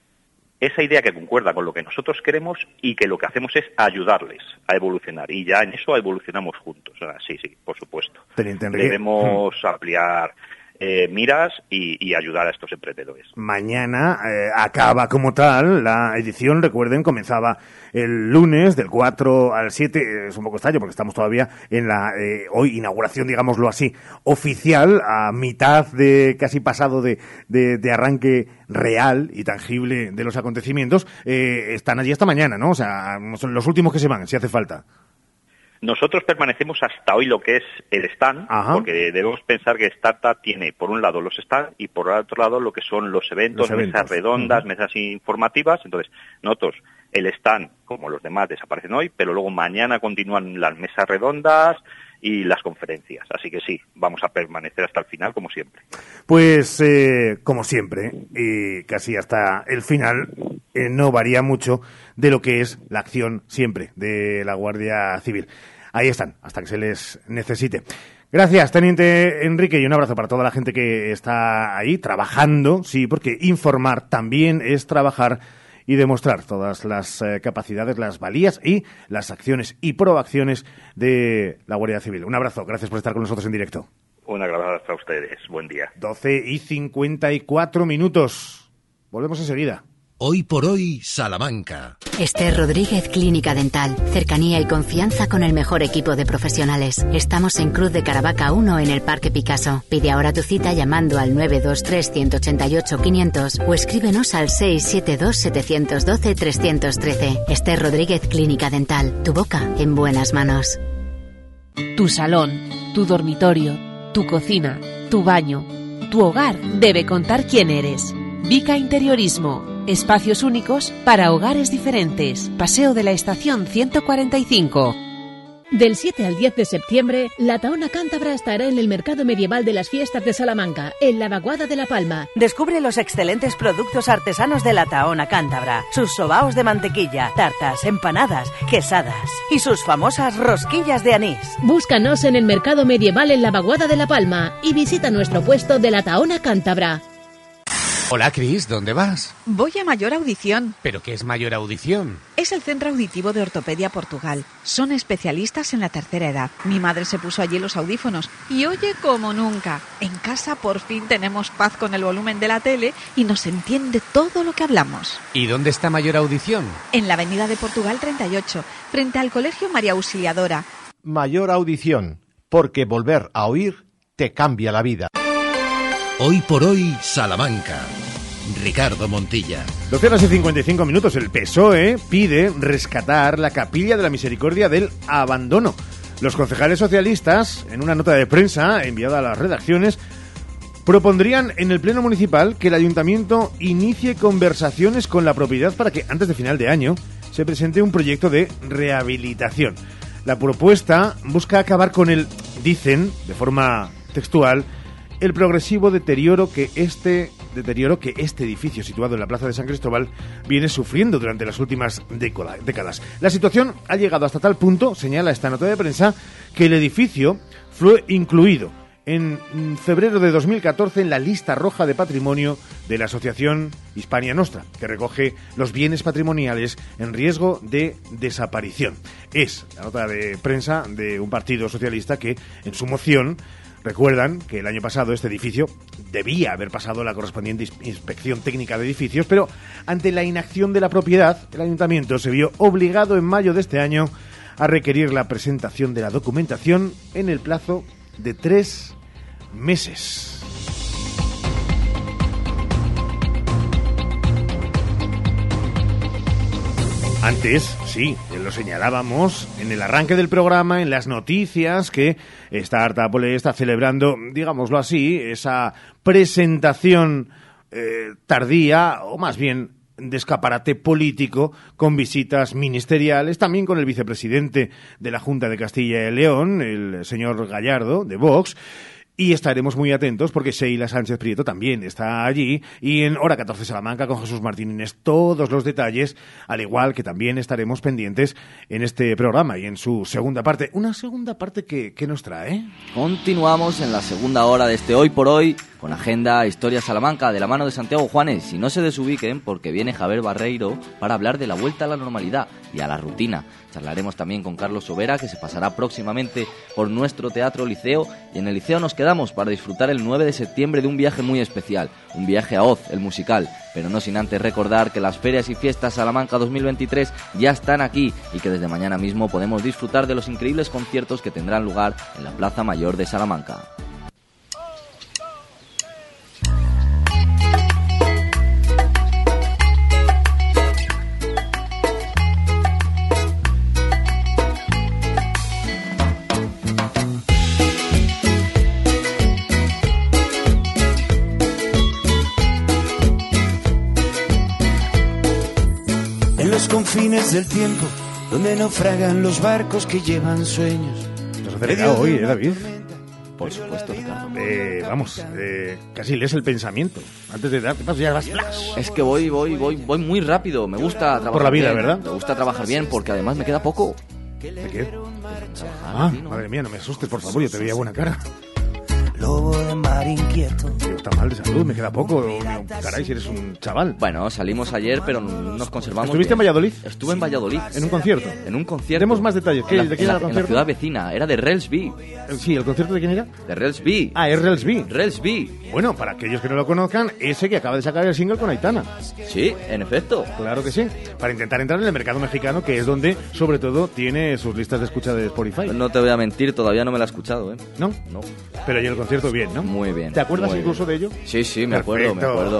que concuerda con lo que nosotros queremos y que lo que hacemos es ayudarles a evolucionar. Y ya en eso evolucionamos juntos. Sí, por supuesto. Teniente Enrique. Debemos ampliar miras y ayudar a estos emprendedores. Mañana acaba como tal la edición, recuerden, comenzaba el lunes del 4 al 7, es un poco extraño porque estamos todavía en la hoy inauguración, digámoslo así, oficial, a mitad de casi pasado de arranque real y tangible de los acontecimientos. Están allí hasta mañana, ¿no? O sea, son los últimos que se van, si hace falta. Nosotros permanecemos hasta hoy lo que es el stand, Ajá. Porque debemos pensar que Startup tiene por un lado los stands y por otro lado lo que son los eventos. Mesas redondas, mesas informativas. Entonces, nosotros, el stand, como los demás, desaparecen hoy, pero luego mañana continúan las mesas redondas y las conferencias. Así que sí, vamos a permanecer hasta el final, como siempre. Pues, como siempre, y casi hasta el final, no varía mucho de lo que es la acción siempre de la Guardia Civil. Ahí están, hasta que se les necesite. Gracias, Teniente Enrique, y un abrazo para toda la gente que está ahí trabajando, sí, porque informar también es trabajar y demostrar todas las capacidades, las valías y las acciones y proacciones de la Guardia Civil. Un abrazo, gracias por estar con nosotros en directo. Un abrazo a ustedes, buen día. 12:54. Volvemos enseguida. Hoy por hoy, Salamanca. Esther Rodríguez Clínica Dental. Cercanía y confianza con el mejor equipo de profesionales. Estamos en Cruz de Caravaca 1 en el Parque Picasso. Pide ahora tu cita llamando al 923-188-500 o escríbenos al 672-712-313. Esther Rodríguez Clínica Dental. Tu boca en buenas manos. Tu salón, tu dormitorio, tu cocina, tu baño, tu hogar debe contar quién eres. Vica Interiorismo. Espacios únicos para hogares diferentes. Paseo de la Estación 145. Del 7 al 10 de septiembre, la Tahona Cántabra estará en el Mercado Medieval de las Fiestas de Salamanca, en la Vaguada de la Palma. Descubre los excelentes productos artesanos de la Tahona Cántabra, sus sobaos de mantequilla, tartas, empanadas, quesadas y sus famosas rosquillas de anís. Búscanos en el Mercado Medieval en la Vaguada de la Palma y visita nuestro puesto de la Tahona Cántabra. Hola, Cris, ¿dónde vas? Voy a Mayor Audición. ¿Pero qué es Mayor Audición? Es el Centro Auditivo de Ortopedia Portugal. Son especialistas en la tercera edad. Mi madre se puso allí los audífonos y oye como nunca. En casa por fin tenemos paz con el volumen de la tele y nos entiende todo lo que hablamos. ¿Y dónde está Mayor Audición? En la Avenida de Portugal 38, frente al Colegio María Auxiliadora. Mayor Audición, porque volver a oír te cambia la vida. Hoy por hoy, Salamanca. Ricardo Montilla. 12:55. El PSOE pide rescatar la Capilla de la Misericordia del Abandono. Los concejales socialistas, en una nota de prensa enviada a las redacciones, propondrían en el Pleno Municipal que el Ayuntamiento inicie conversaciones con la propiedad para que antes de final de año se presente un proyecto de rehabilitación. La propuesta busca acabar con el, dicen, de forma textual, el progresivo deterioro que este edificio situado en la Plaza de San Cristóbal viene sufriendo durante las últimas décadas. La situación ha llegado hasta tal punto, señala esta nota de prensa, que el edificio fue incluido en febrero de 2014 en la lista roja de patrimonio de la Asociación Hispania Nostra, que recoge los bienes patrimoniales en riesgo de desaparición. Es la nota de prensa de un partido socialista que, en su moción, recuerdan que el año pasado este edificio debía haber pasado la correspondiente inspección técnica de edificios, pero ante la inacción de la propiedad, el ayuntamiento se vio obligado en mayo de este año a requerir la presentación de la documentación en el plazo de 3 meses. Antes, sí, lo señalábamos en el arranque del programa, en las noticias, que esta Artápole está celebrando, digámoslo así, esa presentación tardía, o más bien de escaparate político, con visitas ministeriales, también con el vicepresidente de la Junta de Castilla y León, el señor Gallardo, de Vox. Y estaremos muy atentos porque Sheila Sánchez Prieto también está allí, y en Hora 14 Salamanca con Jesús Martín Inés todos los detalles, al igual que también estaremos pendientes en este programa y en su segunda parte. Una segunda parte que nos trae. Continuamos en la segunda hora de este Hoy por Hoy con Agenda Historia Salamanca de la mano de Santiago Juanes. Y no se desubiquen porque viene Javier Barreiro para hablar de la vuelta a la normalidad y a la rutina. Charlaremos también con Carlos Sobera, que se pasará próximamente por nuestro Teatro Liceo, y en el Liceo nos quedamos para disfrutar el 9 de septiembre de un viaje muy especial, un viaje a Oz, el musical, pero no sin antes recordar que las ferias y fiestas Salamanca 2023 ya están aquí y que desde mañana mismo podemos disfrutar de los increíbles conciertos que tendrán lugar en la Plaza Mayor de Salamanca. Confines del tiempo, donde naufragan los barcos que llevan sueños. ¿Te has acelerado hoy, David? Por supuesto, Ricardo. Casi lees el pensamiento. Antes de darte paso ya vas flash. Es que voy muy rápido. Me gusta trabajar por la vida, bien, ¿verdad? Me gusta trabajar bien porque además me queda poco. ¿De qué? Madre mía, no me asustes, por favor, yo te veía buena cara. Lobo de mar inquieto. Está mal de salud, me queda poco. Caray, si eres un chaval. Bueno, salimos ayer, pero nos conservamos. ¿Estuviste en Valladolid? Estuve en Valladolid. ¿En un concierto? En un concierto. Demos más detalles. ¿De quién era el concierto? En la ciudad vecina, era de Rels B. Sí, ¿el concierto de quién era? De Rels B. Ah, es Rels B. Rels B. Bueno, para aquellos que no lo conozcan, ese que acaba de sacar el single con Aitana. Sí, en efecto. Claro que sí. Para intentar entrar en el mercado mexicano, que es donde, sobre todo, tiene sus listas de escucha de Spotify. No te voy a mentir, todavía no me la he escuado, ¿eh? ¿No? No. Pero ayer el concierto bien, ¿no? Muy bien. ¿Te acuerdas incluso de ello? Sí, me acuerdo.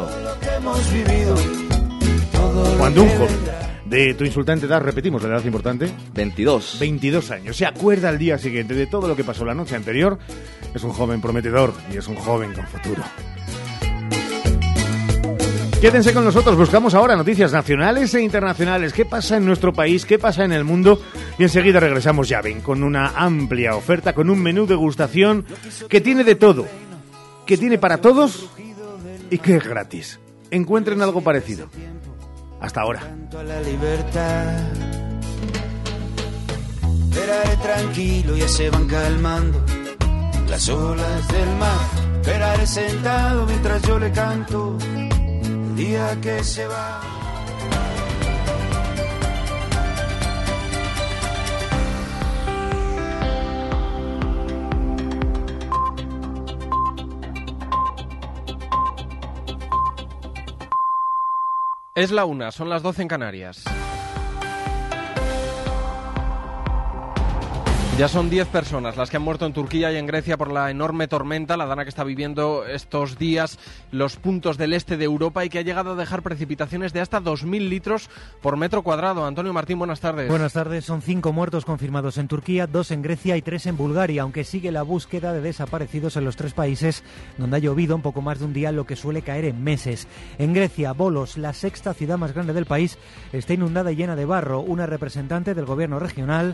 Cuando un joven de tu insultante edad, repetimos la edad importante, 22 años, se acuerda al día siguiente de todo lo que pasó la noche anterior, es un joven prometedor y es un joven con futuro. Quédense con nosotros, buscamos ahora noticias nacionales e internacionales. ¿Qué pasa en nuestro país? ¿Qué pasa en el mundo? Y enseguida regresamos, ya ven, con una amplia oferta, con un menú degustación que tiene de todo, que tiene para todos y que es gratis. Encuentren algo parecido. Hasta ahora. Esperaré tranquilo, ya se van calmando las olas del mar. Esperaré sentado mientras yo le canto el día que se va. Es la 1, son las 12 en Canarias. Ya son 10 personas las que han muerto en Turquía y en Grecia por la enorme tormenta, la dana que está viviendo estos días los puntos del este de Europa y que ha llegado a dejar precipitaciones de hasta 2.000 litros por metro cuadrado. Antonio Martín, buenas tardes. Buenas tardes. Son 5 muertos confirmados en Turquía, 2 en Grecia y 3 en Bulgaria, aunque sigue la búsqueda de desaparecidos en los 3 países donde ha llovido un poco más de un día, lo que suele caer en meses. En Grecia, Volos, la sexta ciudad más grande del país, está inundada y llena de barro. Una representante del gobierno regional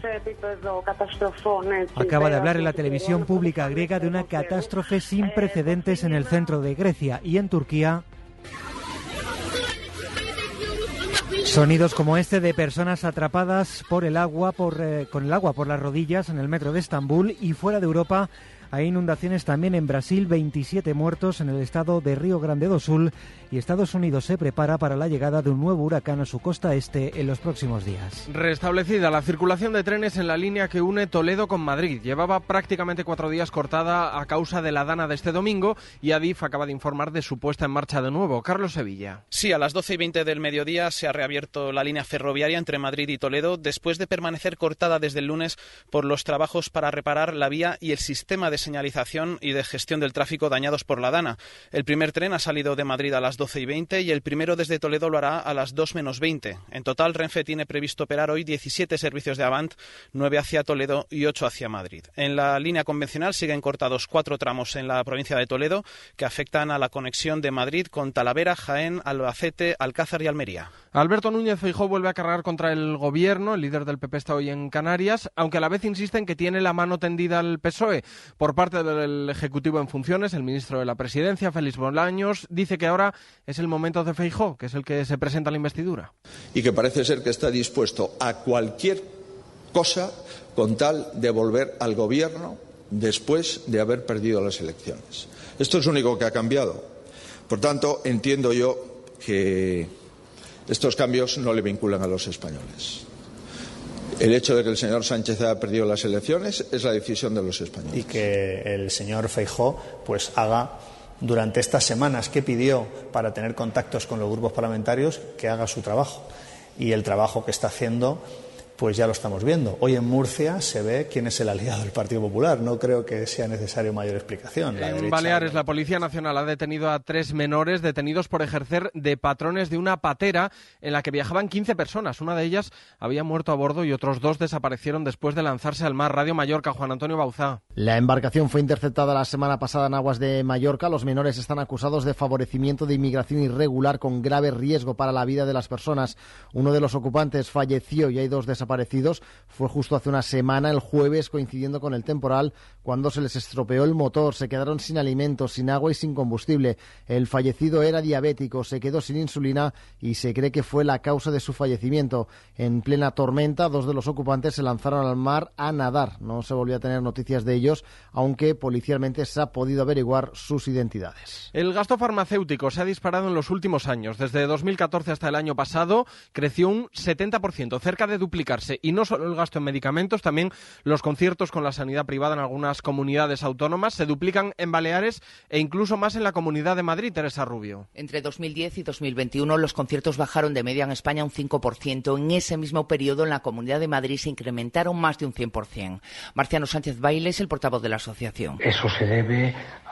acaba de hablar en la televisión pública griega de una catástrofe sin precedentes en el centro de Grecia. Y en Turquía, sonidos como este de personas atrapadas por el agua, con el agua por las rodillas en el metro de Estambul. Y fuera de Europa hay inundaciones también en Brasil, 27 muertos en el estado de Río Grande do Sul, y Estados Unidos se prepara para la llegada de un nuevo huracán a su costa este en los próximos días. Restablecida la circulación de trenes en la línea que une Toledo con Madrid. Llevaba prácticamente 4 días cortada a causa de la dana de este domingo y Adif acaba de informar de su puesta en marcha de nuevo. Carlos Sevilla. Sí, a las 12:20 del mediodía se ha reabierto la línea ferroviaria entre Madrid y Toledo después de permanecer cortada desde el lunes por los trabajos para reparar la vía y el sistema de señalización y de gestión del tráfico dañados por la dana. El primer tren ha salido de Madrid a las 12:20 y el primero desde Toledo lo hará a las 2 menos 20. En total, Renfe tiene previsto operar hoy 17 servicios de Avant, 9 hacia Toledo y 8 hacia Madrid. En la línea convencional siguen cortados 4 tramos en la provincia de Toledo que afectan a la conexión de Madrid con Talavera, Jaén, Albacete, Alcázar y Almería. Alberto Núñez Feijóo vuelve a cargar contra el gobierno. El líder del PP está hoy en Canarias, aunque a la vez insiste en que tiene la mano tendida al PSOE. Por parte del Ejecutivo en funciones, el ministro de la Presidencia, Félix Bolaños, dice que ahora es el momento de Feijóo, que es el que se presenta a la investidura. Y que parece ser que está dispuesto a cualquier cosa con tal de volver al gobierno después de haber perdido las elecciones. Esto es lo único que ha cambiado. Por tanto, entiendo yo que estos cambios no le vinculan a los españoles. El hecho de que el señor Sánchez haya perdido las elecciones es la decisión de los españoles. Y que el señor Feijóo pues haga durante estas semanas que pidió para tener contactos con los grupos parlamentarios, que haga su trabajo. Y el trabajo que está haciendo, pues ya lo estamos viendo. Hoy en Murcia se ve quién es el aliado del Partido Popular. No creo que sea necesario mayor explicación. En Baleares, la Policía Nacional ha detenido a 3 menores detenidos por ejercer de patrones de una patera en la que viajaban 15 personas. Una de ellas había muerto a bordo y otros 2 desaparecieron después de lanzarse al mar. Radio Mallorca, Juan Antonio Bauzá. La embarcación fue interceptada la semana pasada en aguas de Mallorca. Los menores están acusados de favorecimiento de inmigración irregular con grave riesgo para la vida de las personas. Uno de los ocupantes falleció y hay 2 desaparecidos. Fue justo hace una semana, el jueves, coincidiendo con el temporal, cuando se les estropeó el motor. Se quedaron sin alimentos, sin agua y sin combustible. El fallecido era diabético, se quedó sin insulina y se cree que fue la causa de su fallecimiento. En plena tormenta, 2 de los ocupantes se lanzaron al mar a nadar. No se volvió a tener noticias de ellos, aunque policialmente se ha podido averiguar sus identidades. El gasto farmacéutico se ha disparado en los últimos años. Desde 2014 hasta el año pasado creció un 70%, cerca de duplicarse. Y no solo el gasto en medicamentos, también los conciertos con la sanidad privada en algunas comunidades autónomas se duplican en Baleares e incluso más en la Comunidad de Madrid. Teresa Rubio. Entre 2010 y 2021 los conciertos bajaron de media en España un 5%. En ese mismo periodo en la Comunidad de Madrid se incrementaron más de un 100%. Marciano Sánchez Baile es el portavoz de la asociación. Eso se debe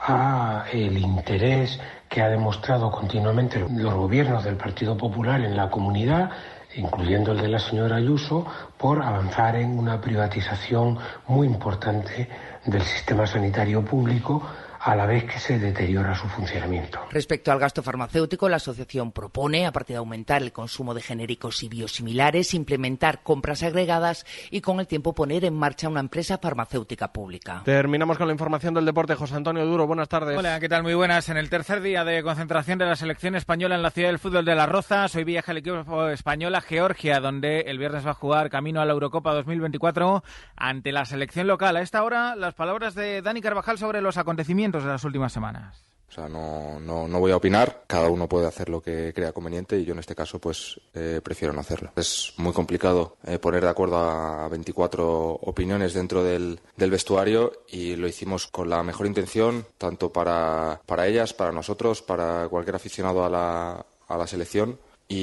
a el interés que ha demostrado continuamente los gobiernos del Partido Popular en la comunidad, incluyendo el de la señora Ayuso, por avanzar en una privatización muy importante del sistema sanitario público, a la vez que se deteriora su funcionamiento. Respecto al gasto farmacéutico, la asociación propone, aparte de aumentar el consumo de genéricos y biosimilares, implementar compras agregadas y con el tiempo poner en marcha una empresa farmacéutica pública. Terminamos con la información del deporte. José Antonio Duro, buenas tardes. Hola, ¿qué tal? Muy buenas. En el tercer día de concentración de la selección española en la ciudad del fútbol de Las Rozas, hoy viaja el equipo español a Georgia, donde el viernes va a jugar camino a la Eurocopa 2024 ante la selección local. A esta hora, las palabras de Dani Carvajal sobre los acontecimientos de las últimas semanas. O sea, no voy a opinar, cada uno puede hacer lo que crea conveniente y yo en este caso pues prefiero no hacerlo. Es muy complicado poner de acuerdo a 24 opiniones dentro del vestuario y lo hicimos con la mejor intención, tanto para ellas, para nosotros, para cualquier aficionado a la selección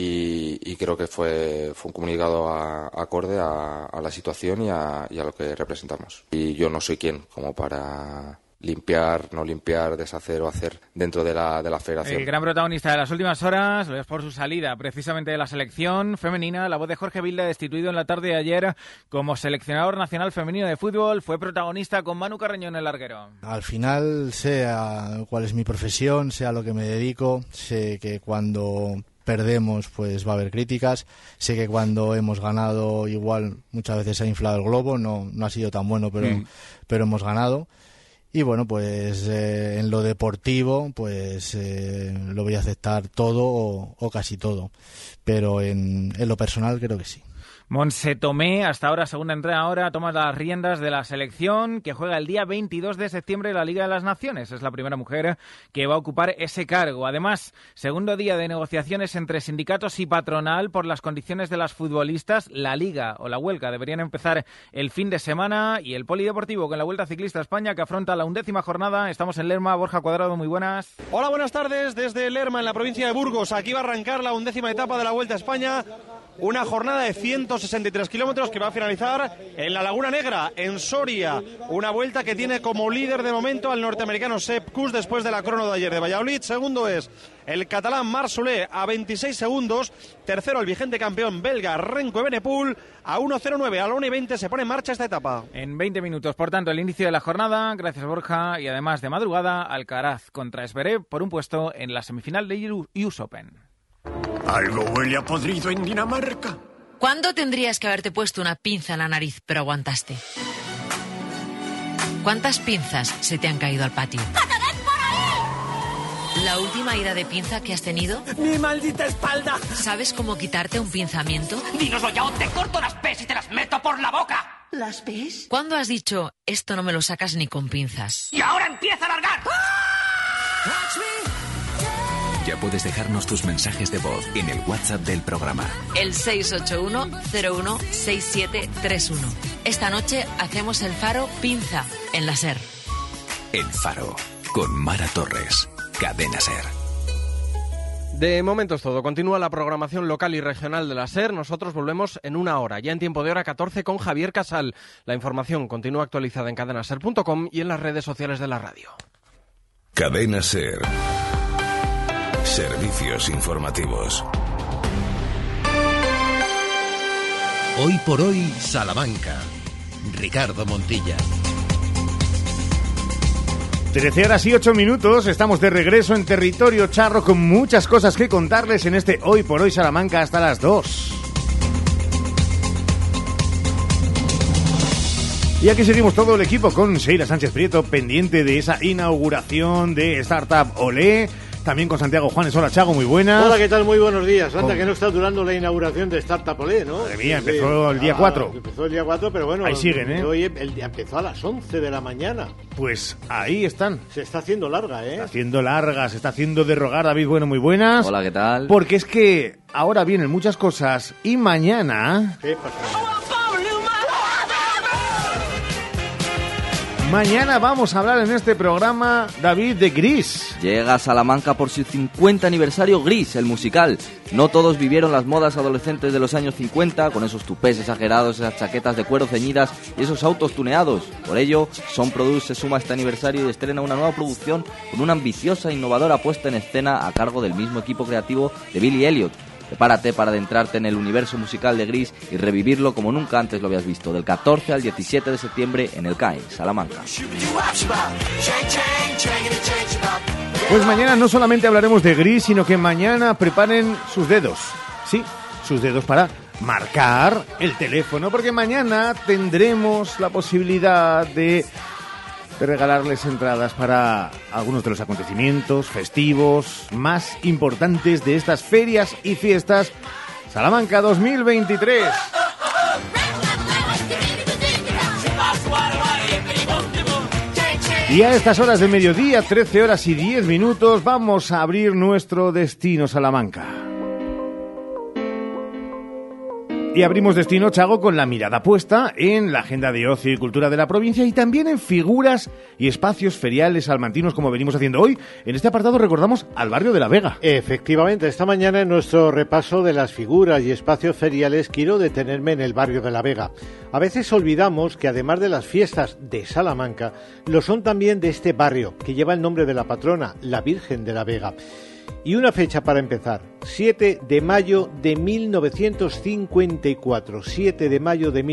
y creo que fue un comunicado acorde a la situación y a lo que representamos. Y yo no soy quien como para limpiar, no limpiar, deshacer o hacer dentro de la federación. El gran protagonista de las últimas horas lo es por su salida precisamente de la selección femenina. La voz de Jorge Vilda, destituido en la tarde de ayer como seleccionador nacional femenino de fútbol, fue protagonista con Manu Carreño en el larguero. Al final, sea cuál es mi profesión, sea lo que me dedico, sé que cuando perdemos pues va a haber críticas, sé que cuando hemos ganado igual muchas veces se ha inflado el globo, no ha sido tan bueno, pero hemos ganado. Y bueno, pues en lo deportivo, pues lo voy a aceptar todo o casi todo. Pero en lo personal creo que sí. Montse Tomé, hasta ahora segunda entrenadora, toma las riendas de la selección que juega el día 22 de septiembre en la Liga de las Naciones. Es la primera mujer que va a ocupar ese cargo. Además, segundo día de negociaciones entre sindicatos y patronal por las condiciones de las futbolistas. La Liga o la huelga deberían empezar el fin de semana y el polideportivo con la Vuelta Ciclista a España que afronta la 11ª jornada. Estamos en Lerma. Borja Cuadrado, muy buenas. Hola, buenas tardes desde Lerma en la provincia de Burgos. Aquí va a arrancar la 11ª etapa de la Vuelta a España. Una jornada de 163 kilómetros que va a finalizar en la Laguna Negra, en Soria. Una vuelta que tiene como líder de momento al norteamericano Sepp Kuss después de la crono de ayer de Valladolid. Segundo es el catalán Marc Soler a 26 segundos. Tercero el vigente campeón belga Remco Evenepoel a 1.09. A la 1.20 se pone en marcha esta etapa. En 20 minutos, por tanto, el inicio de la jornada. Gracias, Borja. Y además de madrugada, Alcaraz contra Zverev por un puesto en la semifinal de US Open. Algo huele a podrido en Dinamarca. ¿Cuándo tendrías que haberte puesto una pinza en la nariz, pero aguantaste? ¿Cuántas pinzas se te han caído al patio? ¿La última ida de pinza que has tenido? ¡Mi maldita espalda! ¿Sabes cómo quitarte un pinzamiento? ¡Dínoslo ya o te corto las pes y te las meto por la boca! ¿Las pes? ¿Cuándo has dicho, esto no me lo sacas ni con pinzas? ¡Y ahora empieza a largar! Ya puedes dejarnos tus mensajes de voz en el WhatsApp del programa. El 681-016731. Esta noche hacemos el Faro Pinza en la SER. El Faro, con Mara Torres, Cadena SER. De momento es todo. Continúa la programación local y regional de la SER. Nosotros volvemos en una hora, ya en tiempo de hora 14 con Javier Casal. La información continúa actualizada en cadenaser.com y en las redes sociales de la radio. Cadena SER. Servicios informativos. Hoy por hoy, Salamanca. Ricardo Montilla. 13 horas y 8 minutos, estamos de regreso en territorio charro con muchas cosas que contarles en este Hoy por Hoy Salamanca hasta las 2. Y aquí seguimos todo el equipo con Sheila Sánchez Prieto, pendiente de esa inauguración de Startup Olé. También con Santiago Juanes. Hola, Chago, muy buenas. Hola, ¿qué tal? Muy buenos días. Anda, que no está durando la inauguración de Startup Olé, ¿no? Madre mía, empezó el día 4. Empezó el día 4, pero bueno. Ahí siguen, ¿eh? Hoy empezó a las 11 de la mañana. Pues ahí están. Se está haciendo larga, ¿eh? Se está haciendo larga, se está haciendo de rogar. David, bueno, muy buenas. Hola, ¿qué tal? Porque es que ahora vienen muchas cosas y mañana... ¿Qué pasa? Mañana vamos a hablar en este programa, David, de Gris. Llega a Salamanca por su 50 aniversario Gris, el musical. No todos vivieron las modas adolescentes de los años 50, con esos tupés exagerados, esas chaquetas de cuero ceñidas y esos autos tuneados. Por ello, Son Produce se suma a este aniversario y estrena una nueva producción con una ambiciosa e innovadora puesta en escena a cargo del mismo equipo creativo de Billy Elliot. Prepárate para adentrarte en el universo musical de Gris y revivirlo como nunca antes lo habías visto, del 14 al 17 de septiembre en el CAI, Salamanca. Pues mañana no solamente hablaremos de Gris, sino que mañana preparen sus dedos. Sí, sus dedos para marcar el teléfono, porque mañana tendremos la posibilidad de regalarles entradas para algunos de los acontecimientos festivos más importantes de estas ferias y fiestas Salamanca 2023. Y a estas horas de mediodía, 13 horas y 10 minutos, vamos a abrir nuestro destino Salamanca. Y abrimos Destino Chago con la mirada puesta en la agenda de ocio y cultura de la provincia y también en figuras y espacios feriales salmantinos como venimos haciendo hoy. En este apartado recordamos al barrio de La Vega. Efectivamente, esta mañana en nuestro repaso de las figuras y espacios feriales quiero detenerme en el barrio de La Vega. A veces olvidamos que además de las fiestas de Salamanca, lo son también de este barrio que lleva el nombre de la patrona, la Virgen de La Vega. Y una fecha para empezar, 7 de mayo de 1954, 7 de mayo de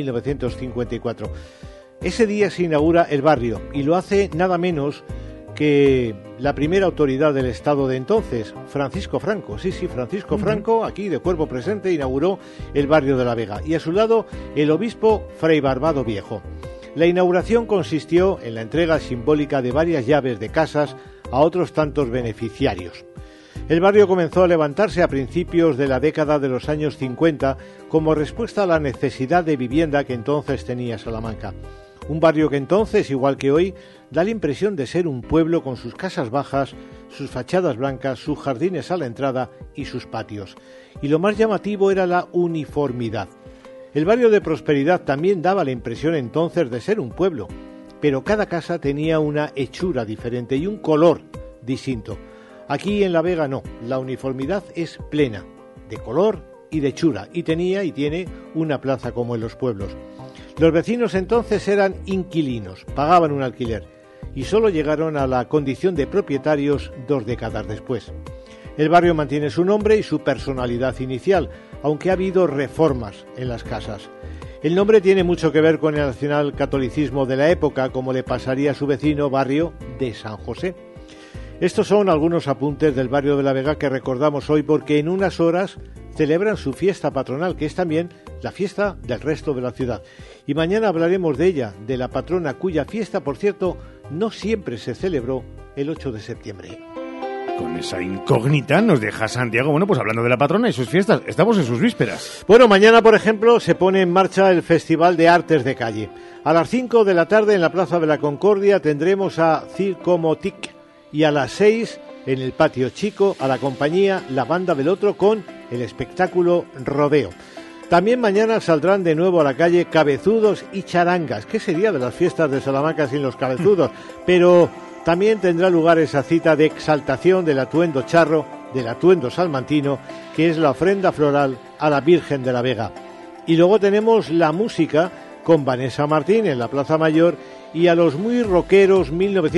1954. Ese día se inaugura el barrio y lo hace nada menos que la primera autoridad del Estado de entonces, Francisco Franco. Sí, Francisco Franco, aquí de cuerpo presente, inauguró el barrio de La Vega. Y a su lado, el obispo Fray Barbado Viejo. La inauguración consistió en la entrega simbólica de varias llaves de casas a otros tantos beneficiarios. El barrio comenzó a levantarse a principios de la década de los años 50 como respuesta a la necesidad de vivienda que entonces tenía Salamanca. Un barrio que entonces, igual que hoy, da la impresión de ser un pueblo con sus casas bajas, sus fachadas blancas, sus jardines a la entrada y sus patios. Y lo más llamativo era la uniformidad. El barrio de Prosperidad también daba la impresión entonces de ser un pueblo, pero cada casa tenía una hechura diferente y un color distinto. Aquí en La Vega no, la uniformidad es plena, de color y de hechura, y tenía y tiene una plaza como en los pueblos. Los vecinos entonces eran inquilinos, pagaban un alquiler, y solo llegaron a la condición de propietarios 2 décadas después. El barrio mantiene su nombre y su personalidad inicial, aunque ha habido reformas en las casas. El nombre tiene mucho que ver con el nacional catolicismo de la época, como le pasaría a su vecino barrio de San José. Estos son algunos apuntes del barrio de La Vega que recordamos hoy porque en unas horas celebran su fiesta patronal, que es también la fiesta del resto de la ciudad. Y mañana hablaremos de ella, de la patrona cuya fiesta, por cierto, no siempre se celebró el 8 de septiembre. Con esa incógnita nos deja Santiago, bueno, pues hablando de la patrona y sus fiestas, estamos en sus vísperas. Bueno, mañana, por ejemplo, se pone en marcha el Festival de Artes de Calle. A las 5 de la tarde en la Plaza de la Concordia tendremos a Circo Motic. Y a las 6, en el Patio Chico, a la compañía La Banda del Otro con el espectáculo Rodeo. También mañana saldrán de nuevo a la calle Cabezudos y Charangas. ¿Qué sería de las fiestas de Salamanca sin los cabezudos? Pero también tendrá lugar esa cita de exaltación del atuendo charro, del atuendo salmantino, que es la ofrenda floral a la Virgen de la Vega. Y luego tenemos la música con Vanessa Martín en la Plaza Mayor y a los muy rockeros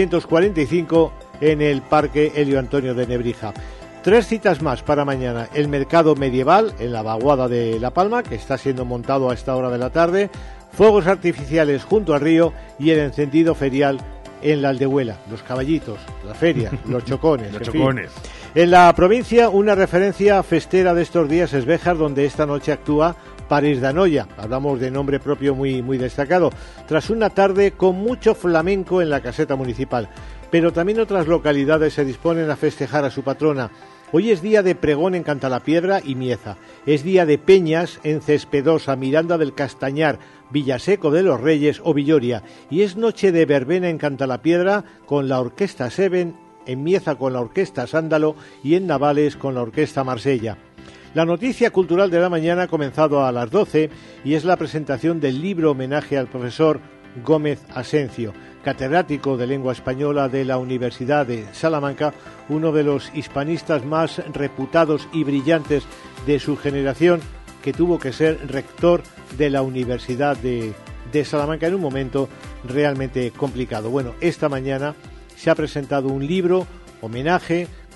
1945 en el Parque Elio Antonio de Nebrija. 3 citas más para mañana. El mercado medieval en la vaguada de La Palma, que está siendo montado a esta hora de la tarde, fuegos artificiales junto al río y el encendido ferial en la Aldehuela. Los caballitos, la feria, los chocones. Los chocones. En la provincia, una referencia festera de estos días es Béjar, donde esta noche actúa París de Anoia. Hablamos de nombre propio muy destacado. Tras una tarde con mucho flamenco en la caseta municipal. Pero también otras localidades se disponen a festejar a su patrona. Hoy es día de pregón en Cantalapiedra y Mieza. Es día de peñas en Cespedosa, Miranda del Castañar, Villaseco de los Reyes o Villoria. Y es noche de verbena en Cantalapiedra con la Orquesta Seven, en Mieza con la Orquesta Sándalo y en Navales con la Orquesta Marsella. La noticia cultural de la mañana ha comenzado a las 12 y es la presentación del libro homenaje al profesor Gómez Asencio, catedrático de lengua española de la Universidad de Salamanca, uno de los hispanistas más reputados y brillantes de su generación, que tuvo que ser rector de la Universidad de Salamanca en un momento realmente complicado. Bueno, esta mañana se ha presentado un libro homenaje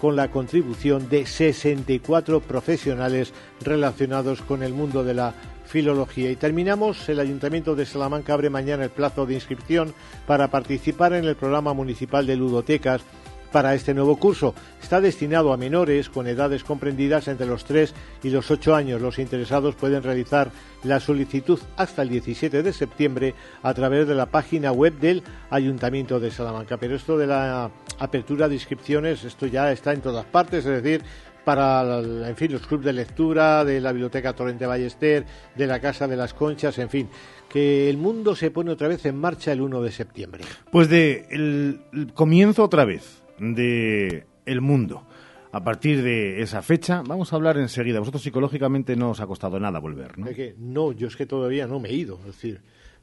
con la contribución de 64 profesionales relacionados con el mundo de la filología. Y terminamos, el Ayuntamiento de Salamanca abre mañana el plazo de inscripción para participar en el programa municipal de ludotecas para este nuevo curso. Está destinado a menores con edades comprendidas entre los 3 y los 8 años. Los interesados pueden realizar la solicitud hasta el 17 de septiembre a través de la página web del Ayuntamiento de Salamanca. Pero esto de la apertura de inscripciones, esto ya está en todas partes, es decir, para, en fin, los clubes de lectura, de la Biblioteca Torrente Ballester, de la Casa de las Conchas, en fin, que el mundo se pone otra vez en marcha el 1 de septiembre. Pues de el comienzo otra vez de el mundo. A partir de esa fecha vamos a hablar enseguida. Vosotros psicológicamente no os ha costado nada volver, ¿no? No, yo es que todavía no me he ido. Es decir,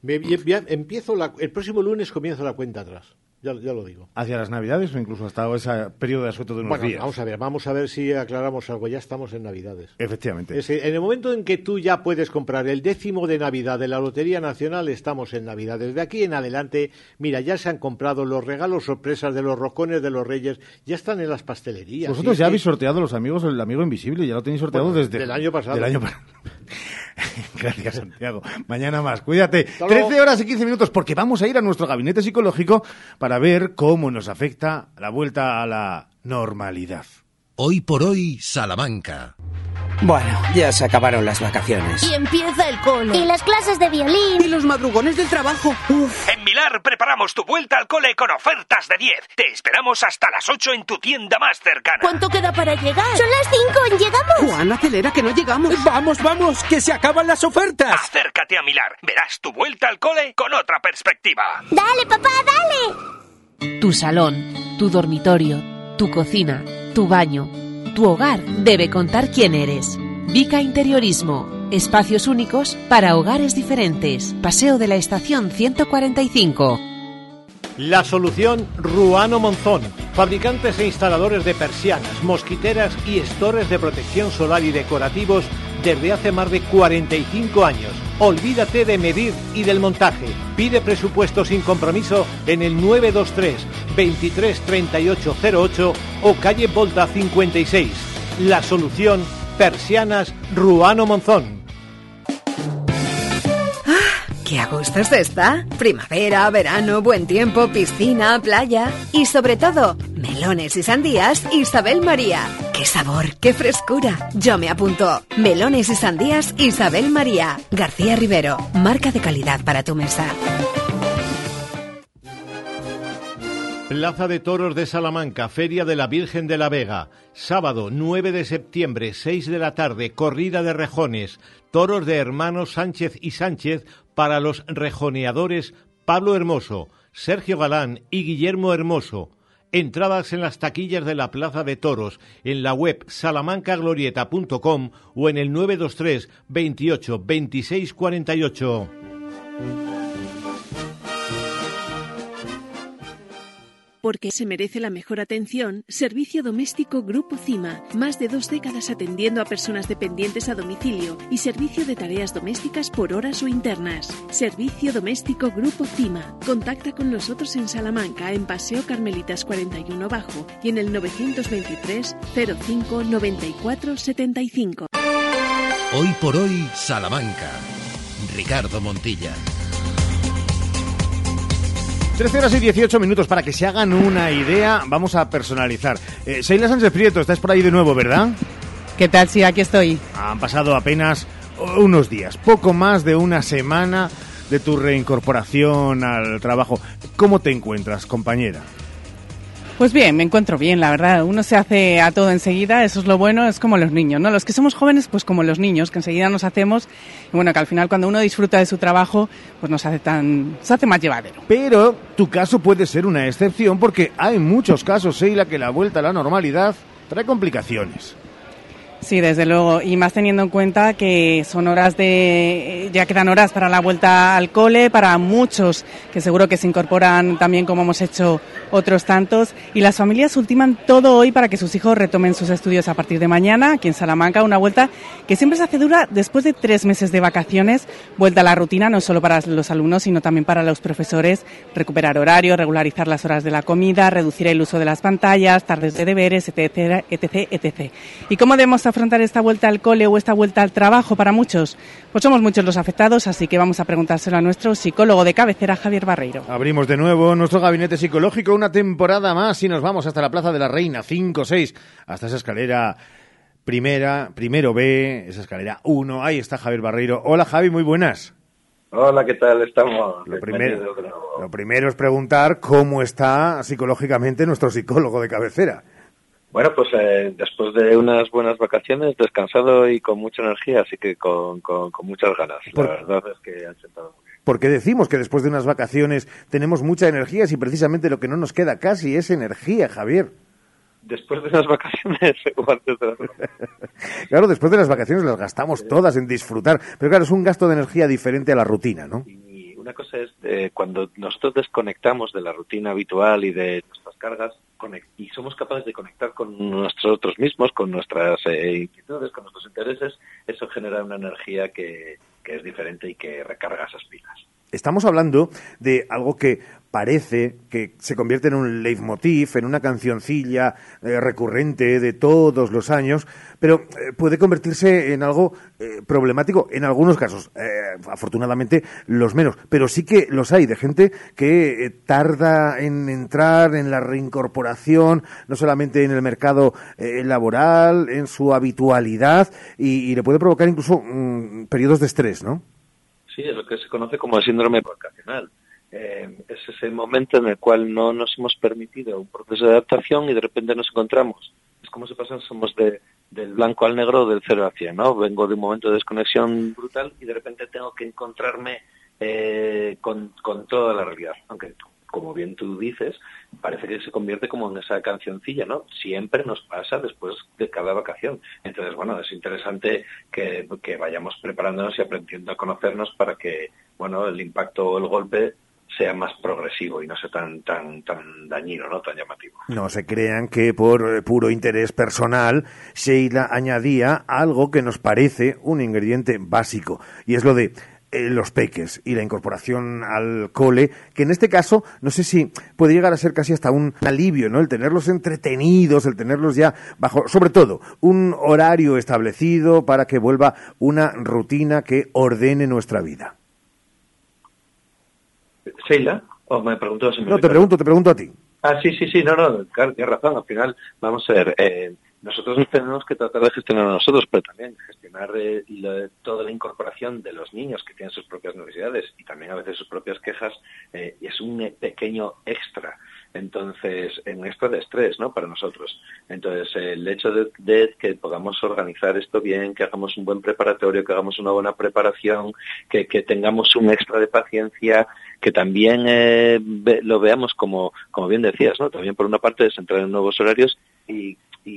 el próximo lunes comienzo la cuenta atrás. Ya lo digo. ¿Hacia las Navidades o incluso hasta ese periodo de asueto de unos días? Vamos a ver si aclaramos algo. Ya estamos en Navidades. Efectivamente. En el momento en que tú ya puedes comprar el 10º de Navidad de la Lotería Nacional, estamos en Navidad. Desde aquí en adelante, mira, ya se han comprado los regalos sorpresas de los roscones de los Reyes, ya están en las pastelerías. Vosotros ya habéis sorteado los amigos, el amigo invisible, ya lo tenéis sorteado desde el año pasado. Gracias, Santiago. Mañana más. Cuídate. 13 horas y 15 minutos, porque vamos a ir a nuestro gabinete psicológico para ver cómo nos afecta la vuelta a la normalidad. Hoy por hoy, Salamanca. Bueno, ya se acabaron las vacaciones. Y empieza el cole. Y las clases de violín. Y los madrugones del trabajo. Uf. En Milar preparamos tu vuelta al cole con ofertas de 10. Te esperamos hasta las 8 en tu tienda más cercana. ¿Cuánto queda para llegar? Son las 5, ¿llegamos? Juan, acelera que no llegamos. Vamos, que se acaban las ofertas. Acércate a Milar. Verás tu vuelta al cole con otra perspectiva. Dale, papá, dale. Tu salón, tu dormitorio, tu cocina, tu baño. Tu hogar debe contar quién eres. Vica Interiorismo. Espacios únicos para hogares diferentes. Paseo de la Estación 145. La solución Ruano Monzón. Fabricantes e instaladores de persianas, mosquiteras y estores de protección solar y decorativos desde hace más de 45 años. Olvídate de medir y del montaje. Pide presupuesto sin compromiso en el 923 23 38 08 o calle Volta 56. La solución Persianas Ruano Monzón. ¡Qué a gusto se está! Primavera, verano, buen tiempo, piscina, playa y sobre todo, melones y sandías Isabel María. ¡Qué sabor, qué frescura! Yo me apunto. Melones y sandías Isabel María. García Rivero, marca de calidad para tu mesa. Plaza de Toros de Salamanca, Feria de la Virgen de la Vega. Sábado 9 de septiembre, 6 de la tarde, corrida de rejones. Toros de hermanos Sánchez y Sánchez para los rejoneadores Pablo Hermoso, Sergio Galán y Guillermo Hermoso. Entradas en las taquillas de la Plaza de Toros, en la web salamancaglorieta.com o en el 923 28 26 48. Porque se merece la mejor atención, Servicio Doméstico Grupo CIMA. Más de 2 décadas atendiendo a personas dependientes a domicilio y servicio de tareas domésticas por horas o internas. Servicio Doméstico Grupo CIMA. Contacta con nosotros en Salamanca, en Paseo Carmelitas 41 Bajo y en el 923 05 94 75. Hoy por hoy, Salamanca. Ricardo Montilla. 13 horas y 18 minutos, para que se hagan una idea, vamos a personalizar. Sheila Sánchez Prieto, estás por ahí de nuevo, ¿verdad? ¿Qué tal? Sí, aquí estoy. Han pasado apenas unos días, poco más de una semana de tu reincorporación al trabajo. ¿Cómo te encuentras, compañera? Pues bien, me encuentro bien, la verdad. Uno se hace a todo enseguida, eso es lo bueno, es como los niños, ¿no? Los que somos jóvenes, pues como los niños, que enseguida nos hacemos, y bueno, que al final cuando uno disfruta de su trabajo, pues se hace más llevadero. Pero tu caso puede ser una excepción, porque hay muchos casos, Sheila, que la vuelta a la normalidad trae complicaciones. Sí, desde luego, y más teniendo en cuenta que son ya quedan horas para la vuelta al cole, para muchos que seguro que se incorporan también como hemos hecho otros tantos, y las familias ultiman todo hoy para que sus hijos retomen sus estudios a partir de mañana, aquí en Salamanca, una vuelta que siempre se hace dura después de 3 meses de vacaciones, vuelta a la rutina no solo para los alumnos, sino también para los profesores, recuperar horarios, regularizar las horas de la comida, reducir el uso de las pantallas, tardes de deberes, etc., etc., etc. ¿Y cómo debemos afrontar esta vuelta al cole o esta vuelta al trabajo para muchos? Pues somos muchos los afectados, así que vamos a preguntárselo a nuestro psicólogo de cabecera, Javier Barreiro. Abrimos de nuevo nuestro gabinete psicológico, una temporada más, y nos vamos hasta la Plaza de la Reina, 5-6, hasta esa escalera primero B, esa escalera 1. Ahí está Javier Barreiro. Hola, Javi, muy buenas. Hola, ¿qué tal estamos? Lo primero es preguntar cómo está psicológicamente nuestro psicólogo de cabecera. Bueno, pues después de unas buenas vacaciones, descansado y con mucha energía, así que con muchas ganas. La verdad es que han sentado muy bien. Porque decimos que después de unas vacaciones tenemos mucha energía, y precisamente lo que no nos queda casi es energía, Javier. Después de las vacaciones o antes de las vacaciones. Claro, después de las vacaciones las gastamos todas en disfrutar, pero claro, es un gasto de energía diferente a la rutina, ¿no? Y una cosa es cuando nosotros desconectamos de la rutina habitual y de nuestras cargas, y somos capaces de conectar con nosotros mismos, con nuestras inquietudes, con nuestros intereses, eso genera una energía que es diferente y que recarga esas pilas. Estamos hablando de algo que parece que se convierte en un leitmotiv, en una cancioncilla recurrente de todos los años, pero puede convertirse en algo problemático en algunos casos, afortunadamente los menos, pero sí que los hay, de gente que tarda en entrar en la reincorporación, no solamente en el mercado laboral, en su habitualidad, y le puede provocar incluso periodos de estrés, ¿no? Sí, es lo que se conoce como el síndrome vacacional. Es ese momento en el cual no nos hemos permitido un proceso de adaptación y de repente nos encontramos. Es como si pasásemos del blanco al negro, del 0 al 100, ¿no? Vengo de un momento de desconexión brutal y de repente tengo que encontrarme con toda la realidad. Aunque, como bien tú dices, parece que se convierte como en esa cancioncilla, ¿no? Siempre nos pasa después de cada vacación. Entonces, bueno, es interesante que vayamos preparándonos y aprendiendo a conocernos para que, bueno, el impacto o el golpe sea más progresivo y no sea tan dañino, ¿no? Tan llamativo. No se crean que por puro interés personal Sheila añadía algo que nos parece un ingrediente básico, y es lo de los peques y la incorporación al cole, que en este caso no sé si puede llegar a ser casi hasta un alivio, ¿no? El tenerlos entretenidos, el tenerlos ya bajo, sobre todo, un horario establecido para que vuelva una rutina que ordene nuestra vida. ¿Sheila? ¿O me pregunto si me... No, te pregunto a ti. Sí, no, claro, tienes razón. Al final, vamos a ver, nosotros tenemos que tratar de gestionar a nosotros, pero también gestionar toda la incorporación de los niños que tienen sus propias necesidades y también a veces sus propias quejas, es un pequeño extra. Entonces, un extra de estrés, ¿no? Para nosotros. Entonces, el hecho de que podamos organizar esto bien, que hagamos un buen preparatorio, que hagamos una buena preparación, que tengamos un extra de paciencia, que también lo veamos como bien decías, ¿no? También por una parte es entrar en nuevos horarios y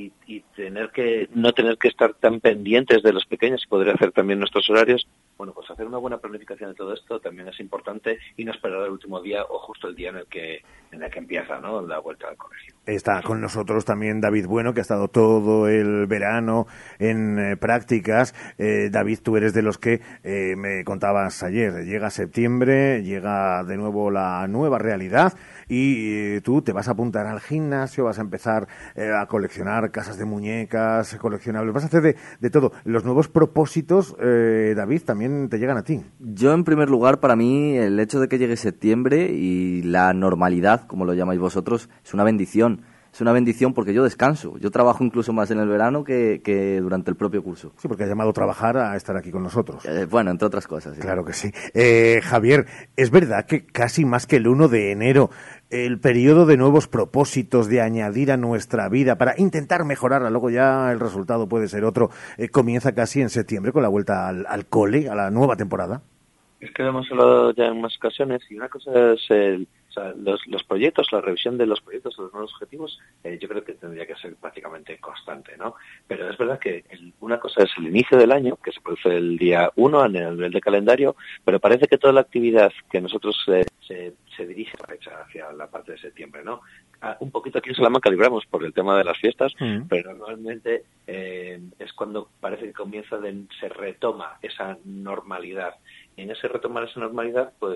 no tener que estar tan pendientes de los pequeños y poder hacer también nuestros horarios. Bueno, pues hacer una buena planificación de todo esto también es importante y no esperar el último día o justo el día en el que empieza, ¿no? La vuelta al colegio. Está con nosotros también David Bueno, que ha estado todo el verano en prácticas. David, tú eres de los que me contabas ayer. Llega septiembre, llega de nuevo la nueva realidad y tú te vas a apuntar al gimnasio, vas a empezar a coleccionar casas de muñecas, coleccionables, vas a hacer de todo. Los nuevos propósitos, David, también te llegan a ti. Yo, en primer lugar, para mí, el hecho de que llegue septiembre y la normalidad, como lo llamáis vosotros, es una bendición. Es una bendición porque yo descanso. Yo trabajo incluso más en el verano que durante el propio curso. Sí, porque has llamado a trabajar a estar aquí con nosotros. Bueno, entre otras cosas. Sí. Claro que sí. Javier, ¿es verdad que casi más que el 1 de enero, el periodo de nuevos propósitos, de añadir a nuestra vida para intentar mejorarla, luego ya el resultado puede ser otro, comienza casi en septiembre con la vuelta al cole, a la nueva temporada? Es que hemos hablado ya en más ocasiones y una cosa es O sea, los proyectos, la revisión de los proyectos, de los nuevos objetivos, yo creo que tendría que ser prácticamente constante, ¿no? Pero es verdad que una cosa es el inicio del año, que se produce el día 1 a nivel de calendario, pero parece que toda la actividad que nosotros se dirige hacia la parte de septiembre, ¿no? Un poquito aquí en Salamanca libramos por el tema de las fiestas, pero normalmente es cuando parece que se retoma esa normalidad. Y en ese retomar esa normalidad, pues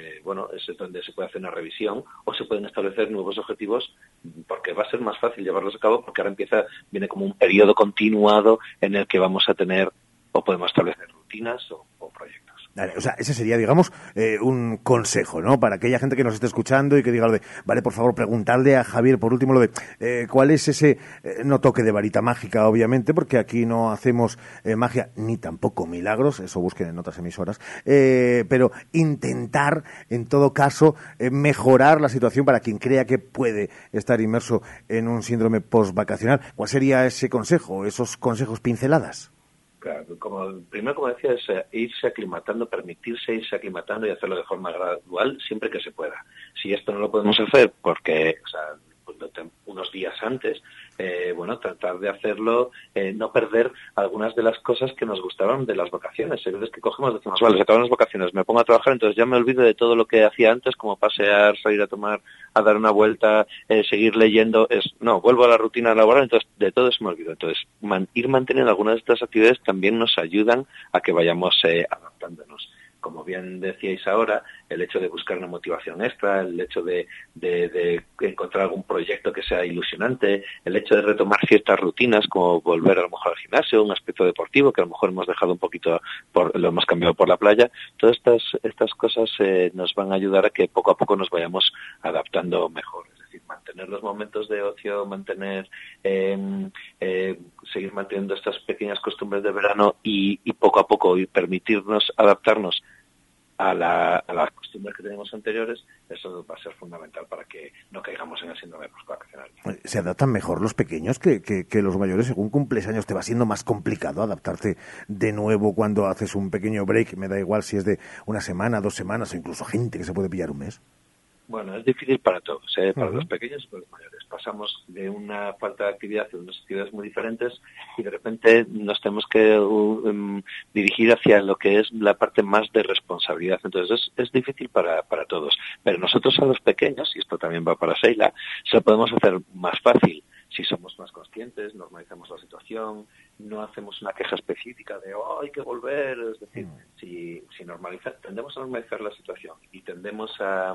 es donde se puede hacer una revisión o se pueden establecer nuevos objetivos, porque va a ser más fácil llevarlos a cabo, porque ahora viene como un periodo continuado en el que vamos a tener o podemos establecer rutinas o proyectos. Vale, o sea, ese sería, digamos, un consejo, ¿no? Para aquella gente que nos esté escuchando y que diga lo de, vale, por favor, preguntarle a Javier, por último, lo de cuál es ese, no toque de varita mágica, obviamente, porque aquí no hacemos magia, ni tampoco milagros, eso busquen en otras emisoras, pero intentar, en todo caso, mejorar la situación para quien crea que puede estar inmerso en un síndrome postvacacional. ¿Cuál sería ese consejo, esos consejos pinceladas? Claro, primero, como decía, es irse aclimatando, permitirse irse aclimatando y hacerlo de forma gradual siempre que se pueda. Si esto no lo podemos hacer porque, unos días antes, tratar de hacerlo, no perder algunas de las cosas que nos gustaban de las vacaciones. Hay veces que cogemos y decimos, vale, se acaban las vacaciones, me pongo a trabajar, entonces ya me olvido de todo lo que hacía antes, como pasear, salir a dar una vuelta, seguir leyendo. Vuelvo a la rutina laboral, entonces de todo eso me olvido. Entonces, ir manteniendo algunas de estas actividades también nos ayudan a que vayamos adaptándonos. Como bien decíais ahora, el hecho de buscar una motivación extra, el hecho de encontrar algún proyecto que sea ilusionante, el hecho de retomar ciertas rutinas, como volver a lo mejor al gimnasio, un aspecto deportivo que a lo mejor hemos dejado un poquito, lo hemos cambiado por la playa. Todas estas cosas nos van a ayudar a que poco a poco nos vayamos adaptando mejor. Es decir, mantener los momentos de ocio, seguir manteniendo estas pequeñas costumbres de verano y poco a poco permitirnos adaptarnos a las costumbres que tenemos anteriores. Eso va a ser fundamental para que no caigamos en el síndrome postvacacional. ¿Se adaptan mejor los pequeños que los mayores? Según cumples años, ¿te va siendo más complicado adaptarte de nuevo cuando haces un pequeño break? Me da igual si es de una semana, 2 semanas, o incluso gente que se puede pillar un mes. Bueno, es difícil para todos, para los pequeños y para los mayores. Pasamos de una falta de actividad a unas actividades muy diferentes y de repente nos tenemos que dirigir hacia lo que es la parte más de responsabilidad. Entonces es difícil para todos. Pero nosotros a los pequeños, y esto también va para Sheila, se lo podemos hacer más fácil si somos más conscientes, normalizamos la situación, no hacemos una queja específica de hay que volver. Es decir, si tendemos a normalizar la situación y tenemos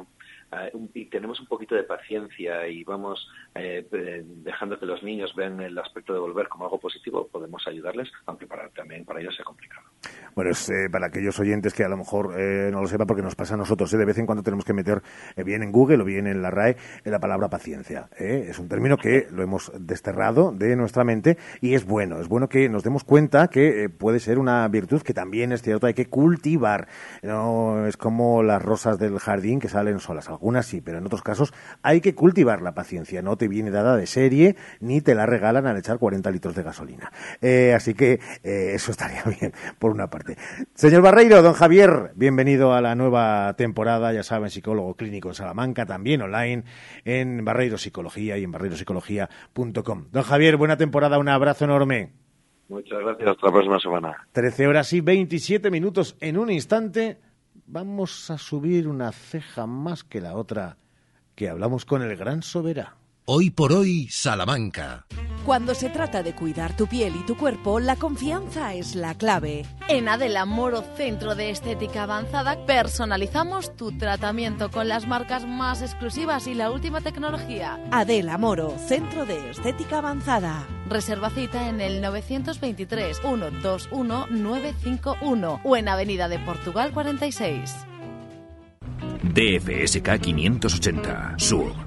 un poquito de paciencia y vamos dejando que los niños vean el aspecto de volver como algo positivo, podemos ayudarles, aunque también para ellos sea complicado. Bueno, es para aquellos oyentes que a lo mejor no lo sepan, porque nos pasa a nosotros, de vez en cuando tenemos que meter bien en Google o bien en la RAE la palabra paciencia. Es un término que lo hemos desterrado de nuestra mente y es bueno que nos demos cuenta que puede ser una virtud que también es cierto, hay que cultivar. No es como las rosas del jardín que salen solas, algunas sí, pero en otros casos hay que cultivar la paciencia, no te viene dada de serie ni te la regalan al echar 40 litros de gasolina. Así que eso estaría bien, por una parte. Señor Barreiro, don Javier, bienvenido a la nueva temporada, ya saben, psicólogo clínico en Salamanca, también online en Barreiro Psicología y en barreiropsicología.com. Don Javier, buena temporada, un abrazo enorme. Muchas gracias, hasta la próxima semana. 13 horas y 27 minutos. En un instante vamos a subir una ceja más que la otra, que hablamos con el gran Soberá. Hoy por hoy, Salamanca. Cuando se trata de cuidar tu piel y tu cuerpo, la confianza es la clave. En Adela Moro Centro de Estética Avanzada personalizamos tu tratamiento con las marcas más exclusivas y la última tecnología. Adela Moro Centro de Estética Avanzada. Reserva cita en el 923 121 951 o en Avenida de Portugal 46. DFSK 580 Sur.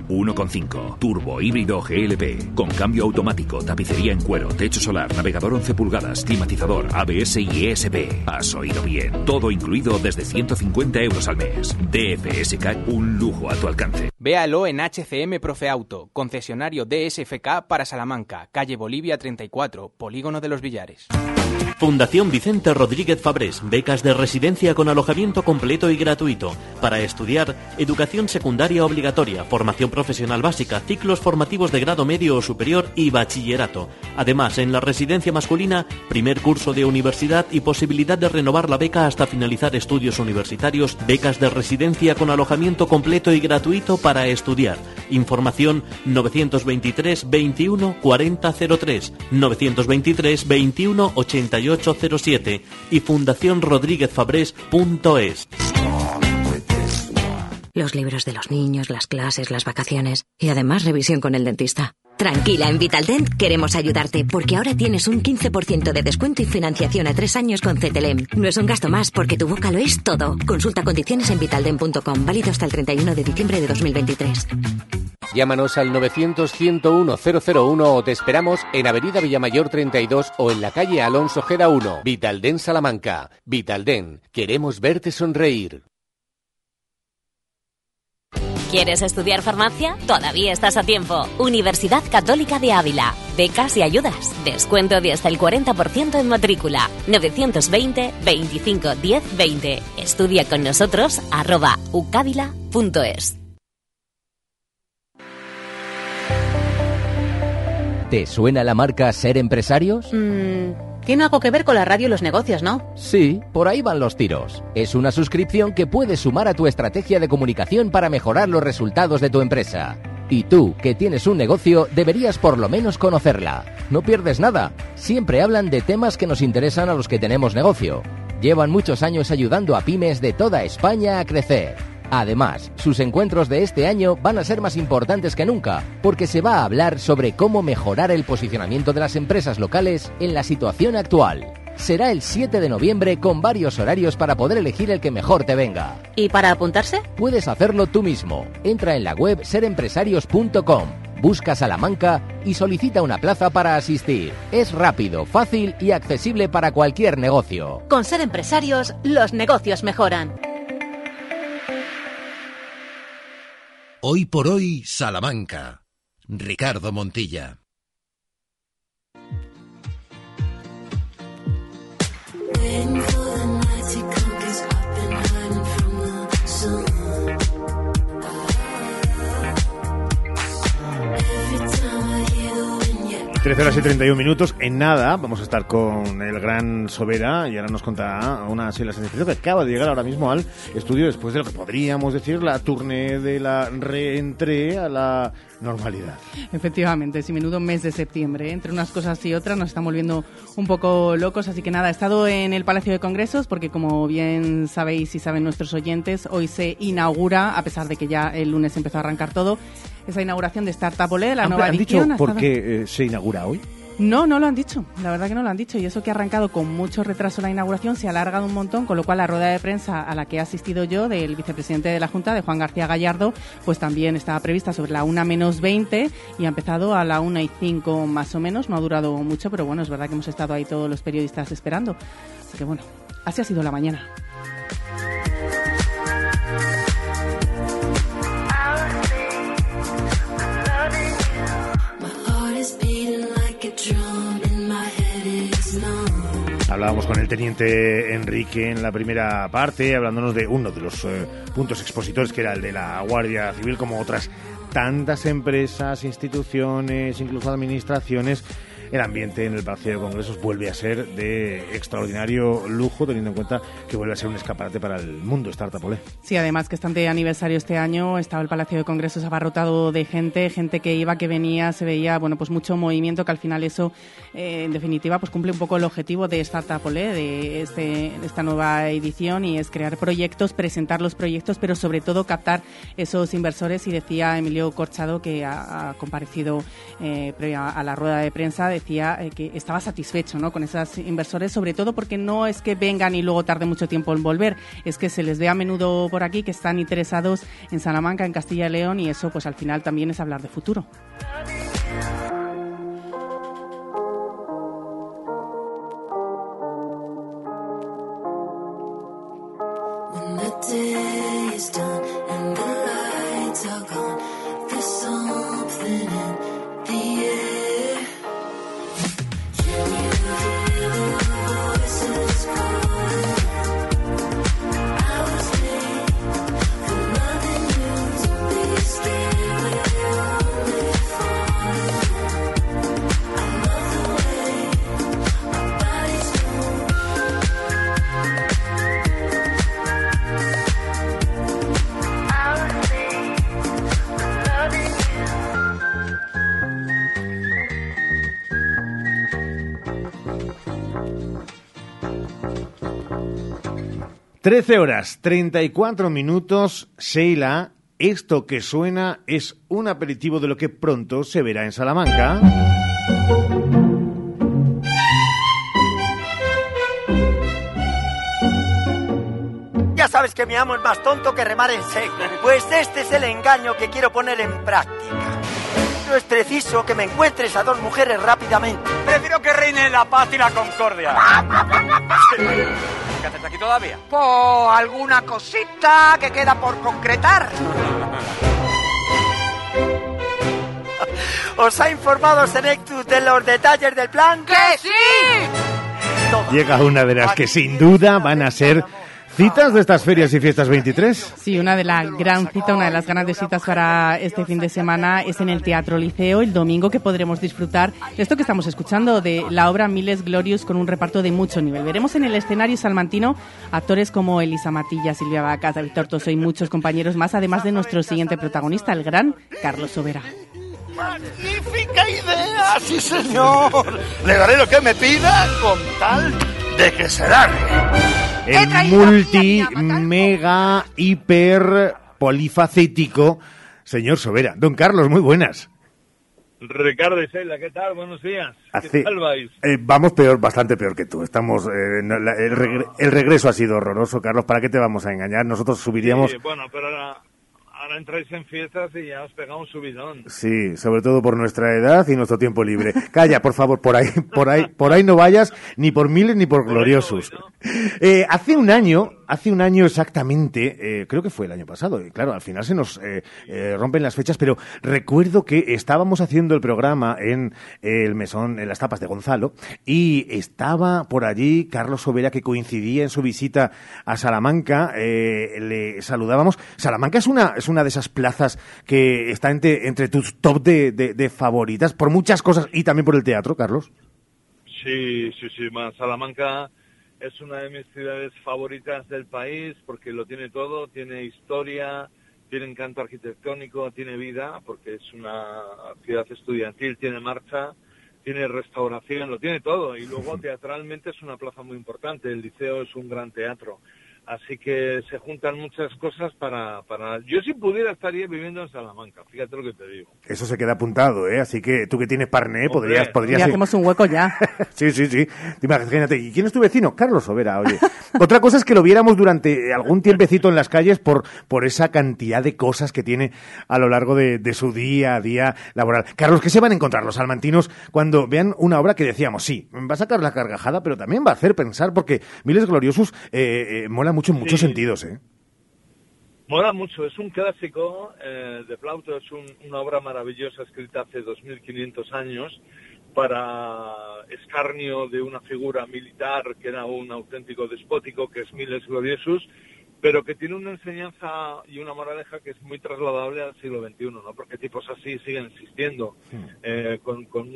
1,5. Turbo híbrido GLP. Con cambio automático, tapicería en cuero, techo solar, navegador 11 pulgadas, climatizador, ABS y ESP. Has oído bien. Todo incluido desde 150 euros al mes. DFSK, un lujo a tu alcance. Véalo en HCM Profe Auto, concesionario DSFK para Salamanca, calle Bolivia 34, Polígono de los Villares. Fundación Vicente Rodríguez Fabrés, becas de residencia con alojamiento completo y gratuito. Para estudiar, educación secundaria obligatoria, formación profesional básica, ciclos formativos de grado medio o superior y bachillerato. Además, en la residencia masculina, primer curso de universidad y posibilidad de renovar la beca hasta finalizar estudios universitarios, becas de residencia con alojamiento completo y gratuito para estudiar. Información 923 21 4003, 923 21 8807 y fundacionrodríguezfabrés.es. Los libros de los niños, las clases, las vacaciones y además revisión con el dentista. Tranquila, en Vitaldent queremos ayudarte porque ahora tienes un 15% de descuento y financiación a 3 años con CTLM. No es un gasto más porque tu boca lo es todo. Consulta condiciones en vitaldent.com, válido hasta el 31 de diciembre de 2023. Llámanos al 900-101-001 o te esperamos en Avenida Villamayor 32 o en la calle Alonso Ojeda 1. Vitaldent Salamanca. Vitaldent. Queremos verte sonreír. ¿Quieres estudiar farmacia? Todavía estás a tiempo. Universidad Católica de Ávila. Becas y ayudas. Descuento de hasta el 40% en matrícula. 920 25 10 20. Estudia con nosotros @ucavila.es. ¿Te suena la marca Ser Empresarios? Tiene algo que ver con la radio y los negocios, ¿no? Sí, por ahí van los tiros. Es una suscripción que puedes sumar a tu estrategia de comunicación para mejorar los resultados de tu empresa. Y tú, que tienes un negocio, deberías por lo menos conocerla. No pierdes nada. Siempre hablan de temas que nos interesan a los que tenemos negocio. Llevan muchos años ayudando a pymes de toda España a crecer. Además, sus encuentros de este año van a ser más importantes que nunca, porque se va a hablar sobre cómo mejorar el posicionamiento de las empresas locales en la situación actual. Será el 7 de noviembre con varios horarios para poder elegir el que mejor te venga. ¿Y para apuntarse? Puedes hacerlo tú mismo. Entra en la web serempresarios.com, busca Salamanca y solicita una plaza para asistir. Es rápido, fácil y accesible para cualquier negocio. Con Ser Empresarios, los negocios mejoran. Hoy por hoy, Salamanca. Ricardo Montilla. Horas y 31 minutos. En nada vamos a estar con el gran Sobera y ahora nos contará una serie de sensación que acaba de llegar ahora mismo al estudio después de lo que podríamos decir la tournée de la reentrée a la normalidad. Efectivamente, sí, menudo mes de septiembre, ¿eh? Entre unas cosas y otras nos están volviendo un poco locos, así que nada, he estado en el Palacio de Congresos porque, como bien sabéis y saben nuestros oyentes, hoy se inaugura, a pesar de que ya el lunes empezó a arrancar todo, esa inauguración de Startup Olé, la nueva edición. ¿Han dicho por qué se inaugura hoy? No lo han dicho, la verdad que no lo han dicho, y eso que ha arrancado con mucho retraso la inauguración se ha alargado un montón, con lo cual la rueda de prensa a la que he asistido yo del vicepresidente de la Junta, de Juan García Gallardo, pues también estaba prevista sobre la 1:20 y ha empezado a la 1:05 más o menos, no ha durado mucho, pero bueno, es verdad que hemos estado ahí todos los periodistas esperando, así que bueno, así ha sido la mañana. Hablábamos con el teniente Enrique en la primera parte, hablándonos de uno de los puntos expositores, que era el de la Guardia Civil, como otras tantas empresas, instituciones, incluso administraciones. El ambiente en el Palacio de Congresos vuelve a ser de extraordinario lujo, teniendo en cuenta que vuelve a ser un escaparate para el mundo Startup Olé. Sí, además que es tan de aniversario este año, estaba el Palacio de Congresos abarrotado de gente que iba, que venía, se veía, bueno, pues mucho movimiento, que al final eso, en definitiva, pues cumple un poco el objetivo de Startup Olé, de esta nueva edición, y es crear proyectos, presentar los proyectos, pero sobre todo captar esos inversores. Y decía Emilio Corchado, que ha comparecido previa a la rueda de prensa, decía que estaba satisfecho, ¿no?, con esos inversores, sobre todo porque no es que vengan y luego tarde mucho tiempo en volver, es que se les ve a menudo por aquí que están interesados en Salamanca, en Castilla y León, y eso pues al final también es hablar de futuro. Horas 34 minutos, Sheila. Esto que suena es un aperitivo de lo que pronto se verá en Salamanca. Ya sabes que mi amo es más tonto que remar en seco. Pues este es el engaño que quiero poner en práctica. No es preciso que me encuentres a dos mujeres rápidamente. Prefiero que reine la paz y la concordia. ¿Qué haces aquí todavía? Pues alguna cosita que queda por concretar. ¿Os ha informado Senectus de los detalles del plan? ¡Que sí! Llega una de las que sin duda van a ser citas de estas ferias y fiestas 23. Sí, una de las gran cita, una de las ganas de citas para este fin de semana es en el Teatro Liceo, el domingo, que podremos disfrutar de esto que estamos escuchando, de la obra Miles Glorious, con un reparto de mucho nivel. Veremos en el escenario salmantino actores como Elisa Matilla, Silvia Vacas, David Tortoso y muchos compañeros más, además de nuestro siguiente protagonista, el gran Carlos Sobera. ¡Magnífica idea! ¡Sí, señor! Le daré lo que me pida con tal de que se largue. El multi, mega, hiper, polifacético señor Sobera. Don Carlos, muy buenas. Ricardo y Sheila, ¿qué tal? Buenos días. ¿Qué tal vais? Vamos peor, bastante peor que tú. Estamos, el regreso ha sido horroroso, Carlos. ¿Para qué te vamos a engañar? Nosotros subiríamos... Sí, bueno, pero ahora entráis en fiestas y ya os pegamos subidón. Sí, sobre todo por nuestra edad y nuestro tiempo libre. Calla, por favor, por ahí no vayas, ni por Miles ni por Gloriosus. Hace un año exactamente, creo que fue el año pasado, y claro, al final se nos rompen las fechas, pero recuerdo que estábamos haciendo el programa en el mesón, en las tapas de Gonzalo, y estaba por allí Carlos Sobera, que coincidía en su visita a Salamanca. Le saludábamos. Salamanca es una de esas plazas que está entre tus top de favoritas, por muchas cosas y también por el teatro, Carlos. Sí, Salamanca es una de mis ciudades favoritas del país porque lo tiene todo, tiene historia, tiene encanto arquitectónico, tiene vida, porque es una ciudad estudiantil, tiene marcha, tiene restauración, lo tiene todo, y luego teatralmente es una plaza muy importante, el Liceo es un gran teatro. Así que se juntan muchas cosas para... Yo, si pudiera, estaría viviendo en Salamanca, fíjate lo que te digo. Eso se queda apuntado, ¿eh? Así que tú que tienes parné, podrías... Y hacemos un hueco ya. Sí. Imagínate. ¿Y quién es tu vecino? Carlos Sobera, oye. Otra cosa es que lo viéramos durante algún tiempecito en las calles por esa cantidad de cosas que tiene a lo largo de su día a día laboral. Carlos, ¿qué se van a encontrar los salmantinos cuando vean una obra que decíamos, sí, va a sacar la carcajada, pero también va a hacer pensar, porque Miles Gloriosus mola mucho en muchos sentidos, ¿eh? Mola mucho, es un clásico de Plauto, es una obra maravillosa escrita hace 2500 años para escarnio de una figura militar que era un auténtico despótico, que es Miles Gloriosus, pero que tiene una enseñanza y una moraleja que es muy trasladable al siglo XXI, ¿no? Porque tipos así siguen existiendo, con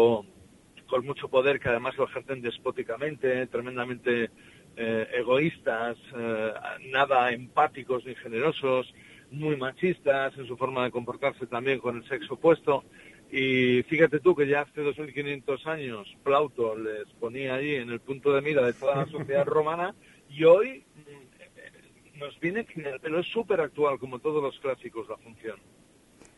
mucho poder, que además lo ejercen despóticamente, tremendamente egoístas, nada empáticos ni generosos, muy machistas en su forma de comportarse también con el sexo opuesto. Y fíjate tú que ya hace 2500 años Plauto les ponía allí en el punto de mira de toda la sociedad romana, y hoy nos viene genial, pero es súper actual, como todos los clásicos, la función.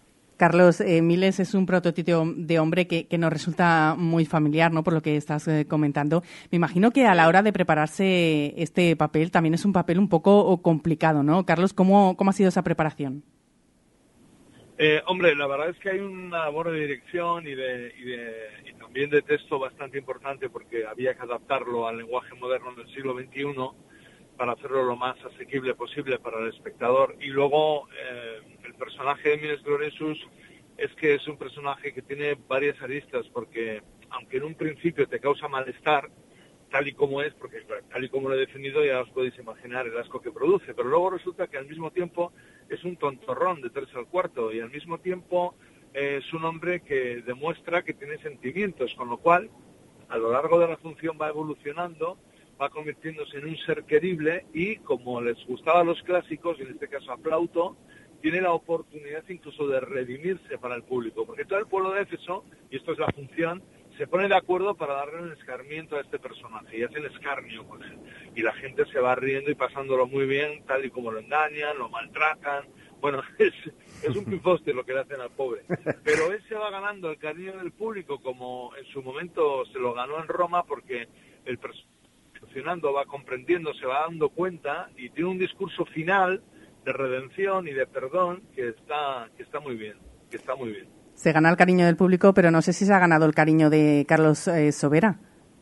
Carlos, Miles es un prototipo de hombre que nos resulta muy familiar, ¿no? Por lo que estás comentando. Me imagino que a la hora de prepararse este papel también es un papel un poco complicado, ¿no? Carlos, ¿cómo ha sido esa preparación? Hombre, la verdad es que hay una labor de dirección y también de texto bastante importante, porque había que adaptarlo al lenguaje moderno del siglo XXI para hacerlo lo más asequible posible para el espectador. Y luego el personaje de Miles Gloriosus es que es un personaje que tiene varias aristas, porque aunque en un principio te causa malestar, tal y como es, porque tal y como lo he definido ya os podéis imaginar el asco que produce, pero luego resulta que al mismo tiempo es un tontorrón de 3 al cuarto y al mismo tiempo es un hombre que demuestra que tiene sentimientos, con lo cual a lo largo de la función va evolucionando, va convirtiéndose en un ser querible y, como les gustaba a los clásicos, y en este caso a Plauto, tiene la oportunidad incluso de redimirse para el público, porque todo el pueblo de Éfeso, y esto es la función, se pone de acuerdo para darle un escarmiento a este personaje y hacen escarnio con él. Y la gente se va riendo y pasándolo muy bien, tal y como lo engañan, lo maltratan. Bueno, es un pifoste lo que le hacen al pobre. Pero él se va ganando el cariño del público, como en su momento se lo ganó en Roma, porque el personaje va comprendiendo, se va dando cuenta y tiene un discurso final de redención y de perdón que está muy bien, Se gana el cariño del público, pero no sé si se ha ganado el cariño de Carlos Sobera.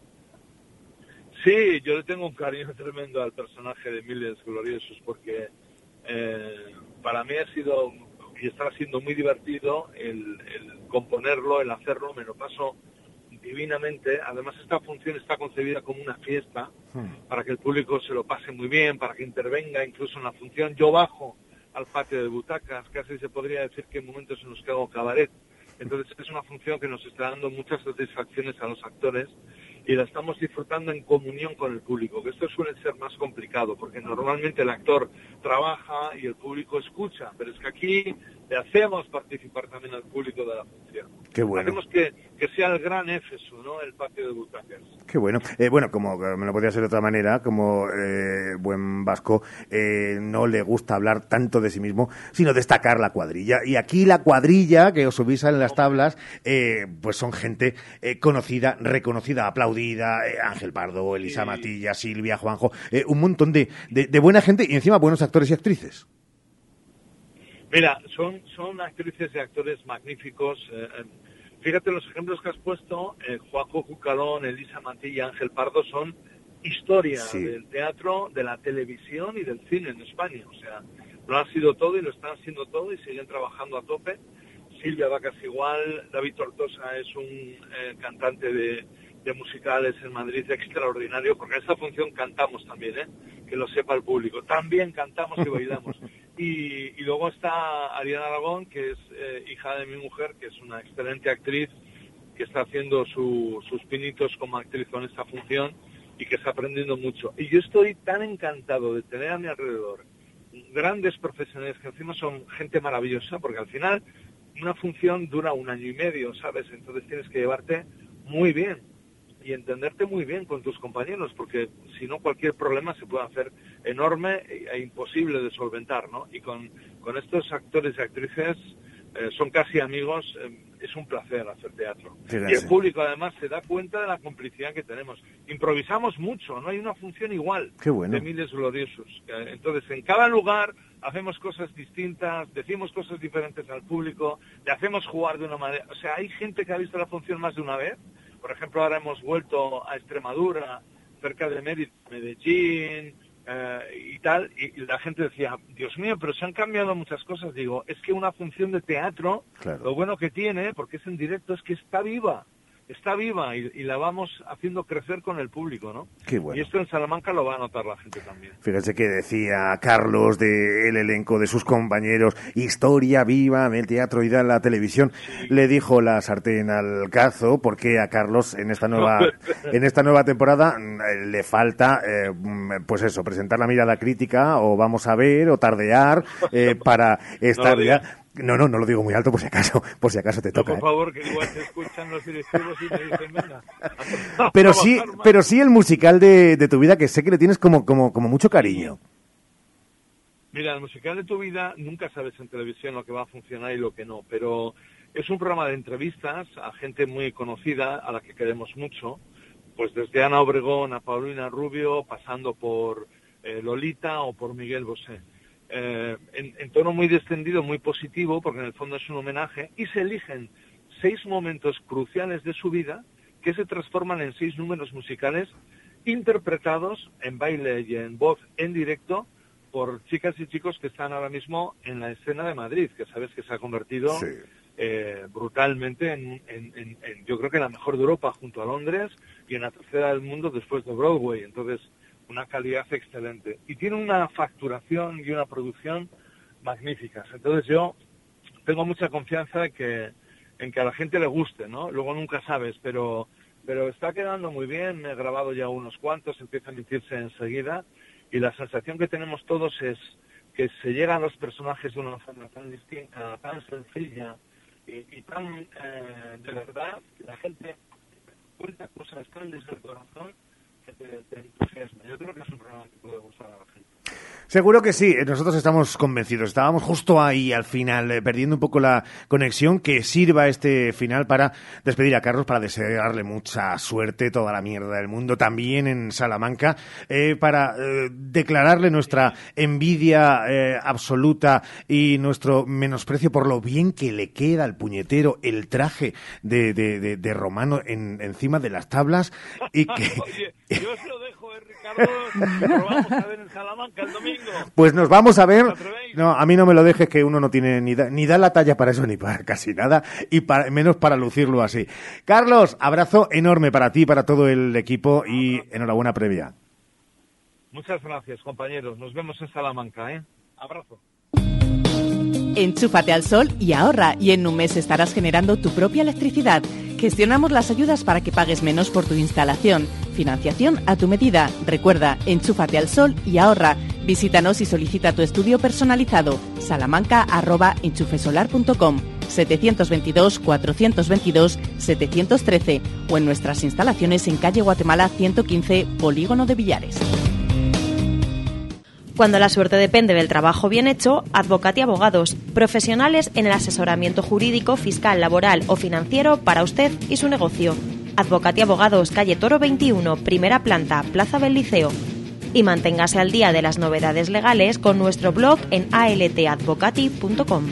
Sí, yo le tengo un cariño tremendo al personaje de Miles Gloriosus, porque para mí ha sido y está siendo muy divertido el componerlo, el hacerlo, me lo paso divinamente. Además, esta función está concebida como una fiesta para que el público se lo pase muy bien, para que intervenga incluso en la función. Yo bajo al patio de butacas, casi se podría decir que en momentos en los que hago cabaret. Entonces es una función que nos está dando muchas satisfacciones a los actores y la estamos disfrutando en comunión con el público, que esto suele ser más complicado, porque normalmente el actor trabaja y el público escucha, pero es que aquí le hacemos participar también al público de la función. Qué bueno. Hacemos que sea el gran Éfeso, ¿no? El patio de butacas. Qué bueno. Bueno, como me lo podría ser de otra manera, como buen vasco, no le gusta hablar tanto de sí mismo, sino destacar la cuadrilla. Y aquí la cuadrilla que os subís en las tablas, pues son gente conocida, reconocida, aplaudida, Ángel Pardo, Elisa Matilla, Silvia, Juanjo, un montón de buena gente y encima buenos actores y actrices. Mira, son actrices y actores magníficos. Fíjate, los ejemplos que has puesto, Juanjo Cucalón, Elisa Matilla, Ángel Pardo, son historia del teatro, de la televisión y del cine en España. O sea, lo han sido todo y lo están haciendo todo y siguen trabajando a tope. Silvia Vacas igual, David Tortosa es un cantante de musicales en Madrid extraordinario, porque en esta función cantamos también, que lo sepa el público. También cantamos y bailamos. Y luego está Ariana Aragón, que es hija de mi mujer, que es una excelente actriz, que está haciendo sus pinitos como actriz con esta función y que está aprendiendo mucho. Y yo estoy tan encantado de tener a mi alrededor grandes profesionales que encima son gente maravillosa, porque al final una función dura 1 año y medio, ¿sabes? Entonces tienes que llevarte muy bien y entenderte muy bien con tus compañeros, porque si no cualquier problema se puede hacer enorme e imposible de solventar, ¿no? Y con estos actores y actrices son casi amigos, es un placer hacer teatro. Fíjense. Y el público además se da cuenta de la complicidad que tenemos. Improvisamos mucho, no hay una función igual. Qué bueno. De Miles Gloriosus. Entonces, en cada lugar hacemos cosas distintas, decimos cosas diferentes al público, le hacemos jugar de una manera. O sea, hay gente que ha visto la función más de una vez. Por ejemplo, ahora hemos vuelto a Extremadura, cerca de Medellín y tal, y la gente decía, Dios mío, pero se han cambiado muchas cosas. Digo, es que una función de teatro, claro, lo bueno que tiene, porque es en directo, es que está viva y la vamos haciendo crecer con el público, ¿no? Qué bueno. Y esto en Salamanca lo va a notar la gente también. Fíjense que decía Carlos del elenco, de sus compañeros, historia viva del teatro y de la televisión. Sí. Le dijo la sartén al cazo, porque a Carlos en esta nueva temporada le falta, pues eso, presentar la mirada crítica, o vamos a ver, o tardear, para estar ya... No lo digo muy alto por si acaso te toca. Por favor, que igual te escuchan los directivos y te dicen, venga. Pero sí el musical de tu vida, que sé que le tienes como mucho cariño. Mira, el musical de tu vida nunca sabes en televisión lo que va a funcionar y lo que no, pero es un programa de entrevistas a gente muy conocida, a la que queremos mucho, pues desde Ana Obregón a Paulina Rubio, pasando por Lolita o por Miguel Bosé. En tono muy descendido, muy positivo, porque en el fondo es un homenaje, y se eligen 6 momentos cruciales de su vida que se transforman en 6 números musicales interpretados en baile y en voz en directo por chicas y chicos que están ahora mismo en la escena de Madrid, que sabes que se ha convertido brutalmente en yo creo que la mejor de Europa junto a Londres y en la tercera del mundo después de Broadway. Entonces, una calidad excelente. Y tiene una facturación y una producción magníficas. Entonces yo tengo mucha confianza en que a la gente le guste, ¿no? Luego nunca sabes, pero está quedando muy bien. He grabado ya unos cuantos, empieza a emitirse enseguida. Y la sensación que tenemos todos es que se llegan a los personajes de una forma tan distinta, tan sencilla y tan de verdad. La gente cuenta cosas tan desde el corazón que te entusiasma. Yo creo que es un programa que puede gustar a la gente. Seguro que sí, nosotros estamos convencidos. Estábamos justo ahí al final, perdiendo un poco la conexión. Que sirva este final para despedir a Carlos, para desearle mucha suerte, toda la mierda del mundo, también en Salamanca, para declararle nuestra envidia absoluta y nuestro menosprecio por lo bien que le queda al puñetero el traje de Romano encima de las tablas. Y que... Oye, yo os lo dejo, Ricardo, lo vamos a ver en Salamanca el domingo. Pues nos vamos a ver. No, a mí no me lo dejes, que uno no tiene ni da la talla para eso, ni para casi nada, y menos para lucirlo así. Carlos, abrazo enorme para ti, para todo el equipo, y enhorabuena previa. Muchas gracias, compañeros. Nos vemos en Salamanca, ¿eh? Abrazo. Enchúfate al sol y ahorra, y en un mes estarás generando tu propia electricidad. Gestionamos las ayudas para que pagues menos por tu instalación. Financiación a tu medida. Recuerda, enchúfate al sol y ahorra. Visítanos y solicita tu estudio personalizado. salamanca@enchufesolar.com 722-422-713 o en nuestras instalaciones en calle Guatemala 115, Polígono de Villares. Cuando la suerte depende del trabajo bien hecho, Advocati Abogados, profesionales en el asesoramiento jurídico, fiscal, laboral o financiero para usted y su negocio. Advocati Abogados, calle Toro 21, primera planta, Plaza del Liceo. Y manténgase al día de las novedades legales con nuestro blog en altadvocati.com.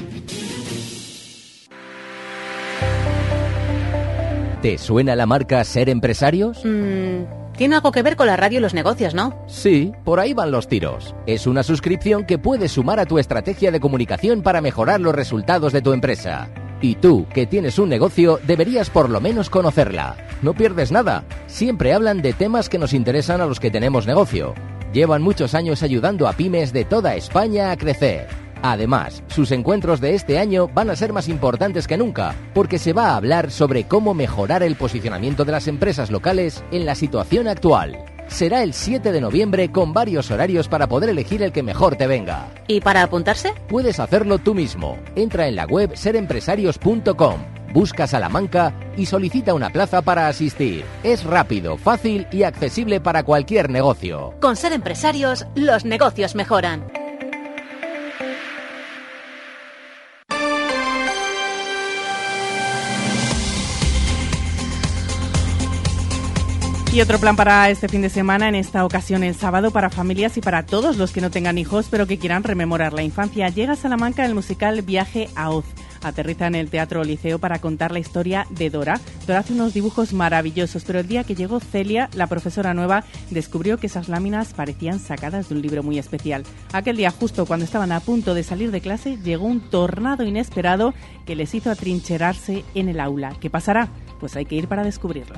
¿Te suena la marca Ser Empresarios? Tiene algo que ver con la radio y los negocios, ¿no? Sí, por ahí van los tiros. Es una suscripción que puedes sumar a tu estrategia de comunicación para mejorar los resultados de tu empresa. Y tú, que tienes un negocio, deberías por lo menos conocerla. No pierdes nada. Siempre hablan de temas que nos interesan a los que tenemos negocio. Llevan muchos años ayudando a pymes de toda España a crecer. Además, sus encuentros de este año van a ser más importantes que nunca, porque se va a hablar sobre cómo mejorar el posicionamiento de las empresas locales en la situación actual. Será el 7 de noviembre con varios horarios para poder elegir el que mejor te venga. ¿Y para apuntarse? Puedes hacerlo tú mismo. Entra en la web serempresarios.com, busca Salamanca y solicita una plaza para asistir. Es rápido, fácil y accesible para cualquier negocio. Con Ser Empresarios, los negocios mejoran. Y otro plan para este fin de semana, en esta ocasión el sábado, para familias y para todos los que no tengan hijos pero que quieran rememorar la infancia. Llega a Salamanca el musical Viaje a Oz. Aterriza en el Teatro Liceo para contar la historia de Dora. Dora hace unos dibujos maravillosos, pero el día que llegó Celia, la profesora nueva, descubrió que esas láminas parecían sacadas de un libro muy especial. Aquel día, justo cuando estaban a punto de salir de clase, llegó un tornado inesperado que les hizo atrincherarse en el aula. ¿Qué pasará? Pues hay que ir para descubrirlo.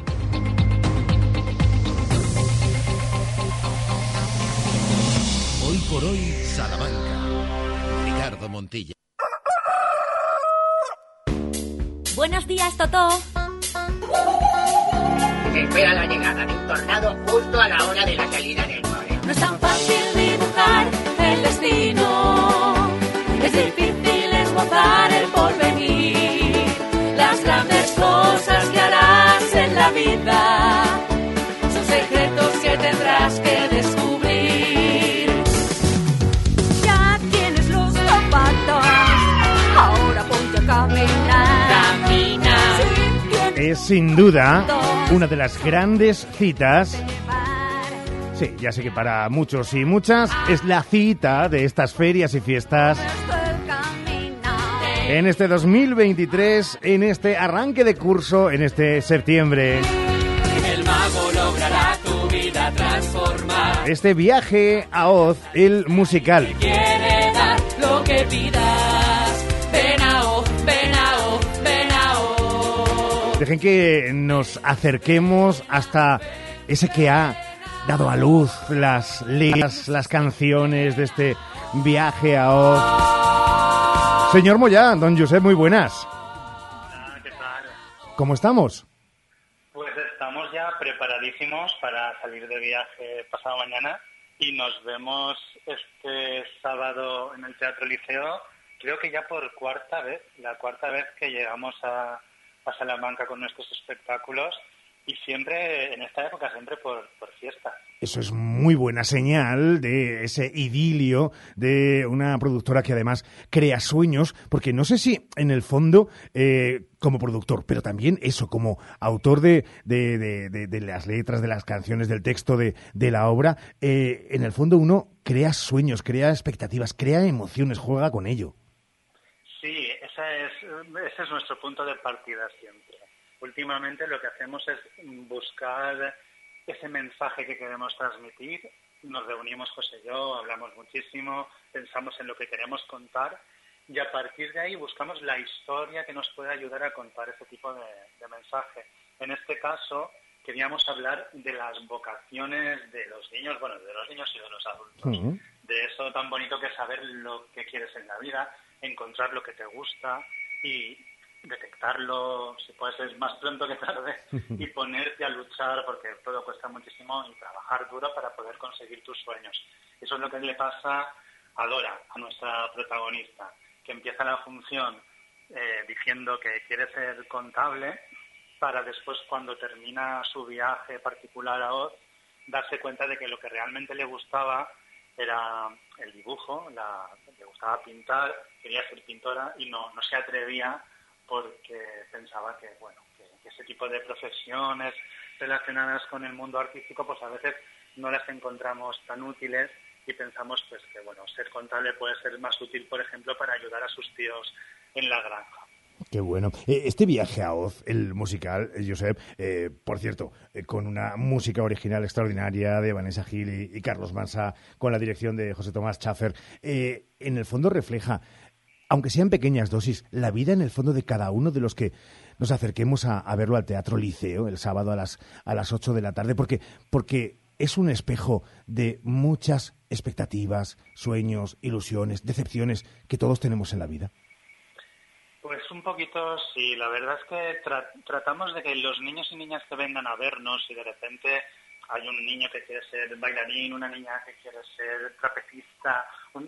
Hoy por hoy, Salamanca. Ricardo Montilla. Buenos días, Totó. Se espera la llegada de un tornado justo a la hora de la salida del cole. No es tan fácil dibujar el destino. Es difícil esbozar el porvenir. Las grandes cosas que harás en la vida son secretos que tendrás que descubrir. Ya sin duda, una de las grandes citas. Sí, ya sé que para muchos y muchas es la cita de estas ferias y fiestas en este 2023, en este arranque de curso, en este septiembre. El mago logrará tu vida transformar. Este viaje a Oz, el musical. Quiere dar lo que pidas. Ven a Oz, ven a Oz, ven a Oz. Dejen que nos acerquemos hasta ese que ha dado a luz las letras, las canciones de este viaje a Oz. Señor Moyà, don Josep, muy buenas. ¿Qué tal? ¿Cómo estamos? Pues estamos ya preparadísimos para salir de viaje pasado mañana y nos vemos este sábado en el Teatro Liceo, creo que ya por la cuarta vez que llegamos a Salamanca con nuestros espectáculos y siempre, en esta época, siempre por fiestas. Eso es muy buena señal de ese idilio de una productora que además crea sueños, porque no sé si en el fondo, como productor, pero también eso, como autor de las letras, de las canciones, del texto de la obra, en el fondo uno crea sueños, crea expectativas, crea emociones, juega con ello. Sí, ese es nuestro punto de partida siempre. Últimamente lo que hacemos es buscar ese mensaje que queremos transmitir, nos reunimos José y yo, hablamos muchísimo, pensamos en lo que queremos contar y a partir de ahí buscamos la historia que nos pueda ayudar a contar ese tipo de mensaje. En este caso queríamos hablar de las vocaciones de los niños, bueno, de los niños y de los adultos, de eso tan bonito que es saber lo que quieres en la vida, encontrar lo que te gusta y detectarlo, si puede ser más pronto que tarde, y ponerte a luchar porque todo cuesta muchísimo y trabajar duro para poder conseguir tus sueños. Eso es lo que le pasa a Dora, a nuestra protagonista, que empieza la función diciendo que quiere ser contable para después, cuando termina su viaje particular a Oz, darse cuenta de que lo que realmente le gustaba era el dibujo, le gustaba pintar, quería ser pintora y no se atrevía porque pensaba que ese tipo de profesiones relacionadas con el mundo artístico pues a veces no las encontramos tan útiles y pensamos pues que ser contable puede ser más útil, por ejemplo, para ayudar a sus tíos en la granja. Qué bueno. Este viaje a Oz, el musical, Josep, por cierto, con una música original extraordinaria de Vanessa Gil y Carlos Mansa, con la dirección de José Tomás Schaffer, en el fondo refleja, aunque sean pequeñas dosis, la vida en el fondo de cada uno de los que nos acerquemos a verlo al Teatro Liceo el sábado a las 8 de la tarde, porque es un espejo de muchas expectativas, sueños, ilusiones, decepciones que todos tenemos en la vida. Pues un poquito sí, la verdad es que tratamos de que los niños y niñas que vengan a vernos y de repente hay un niño que quiere ser bailarín, una niña que quiere ser trapecista,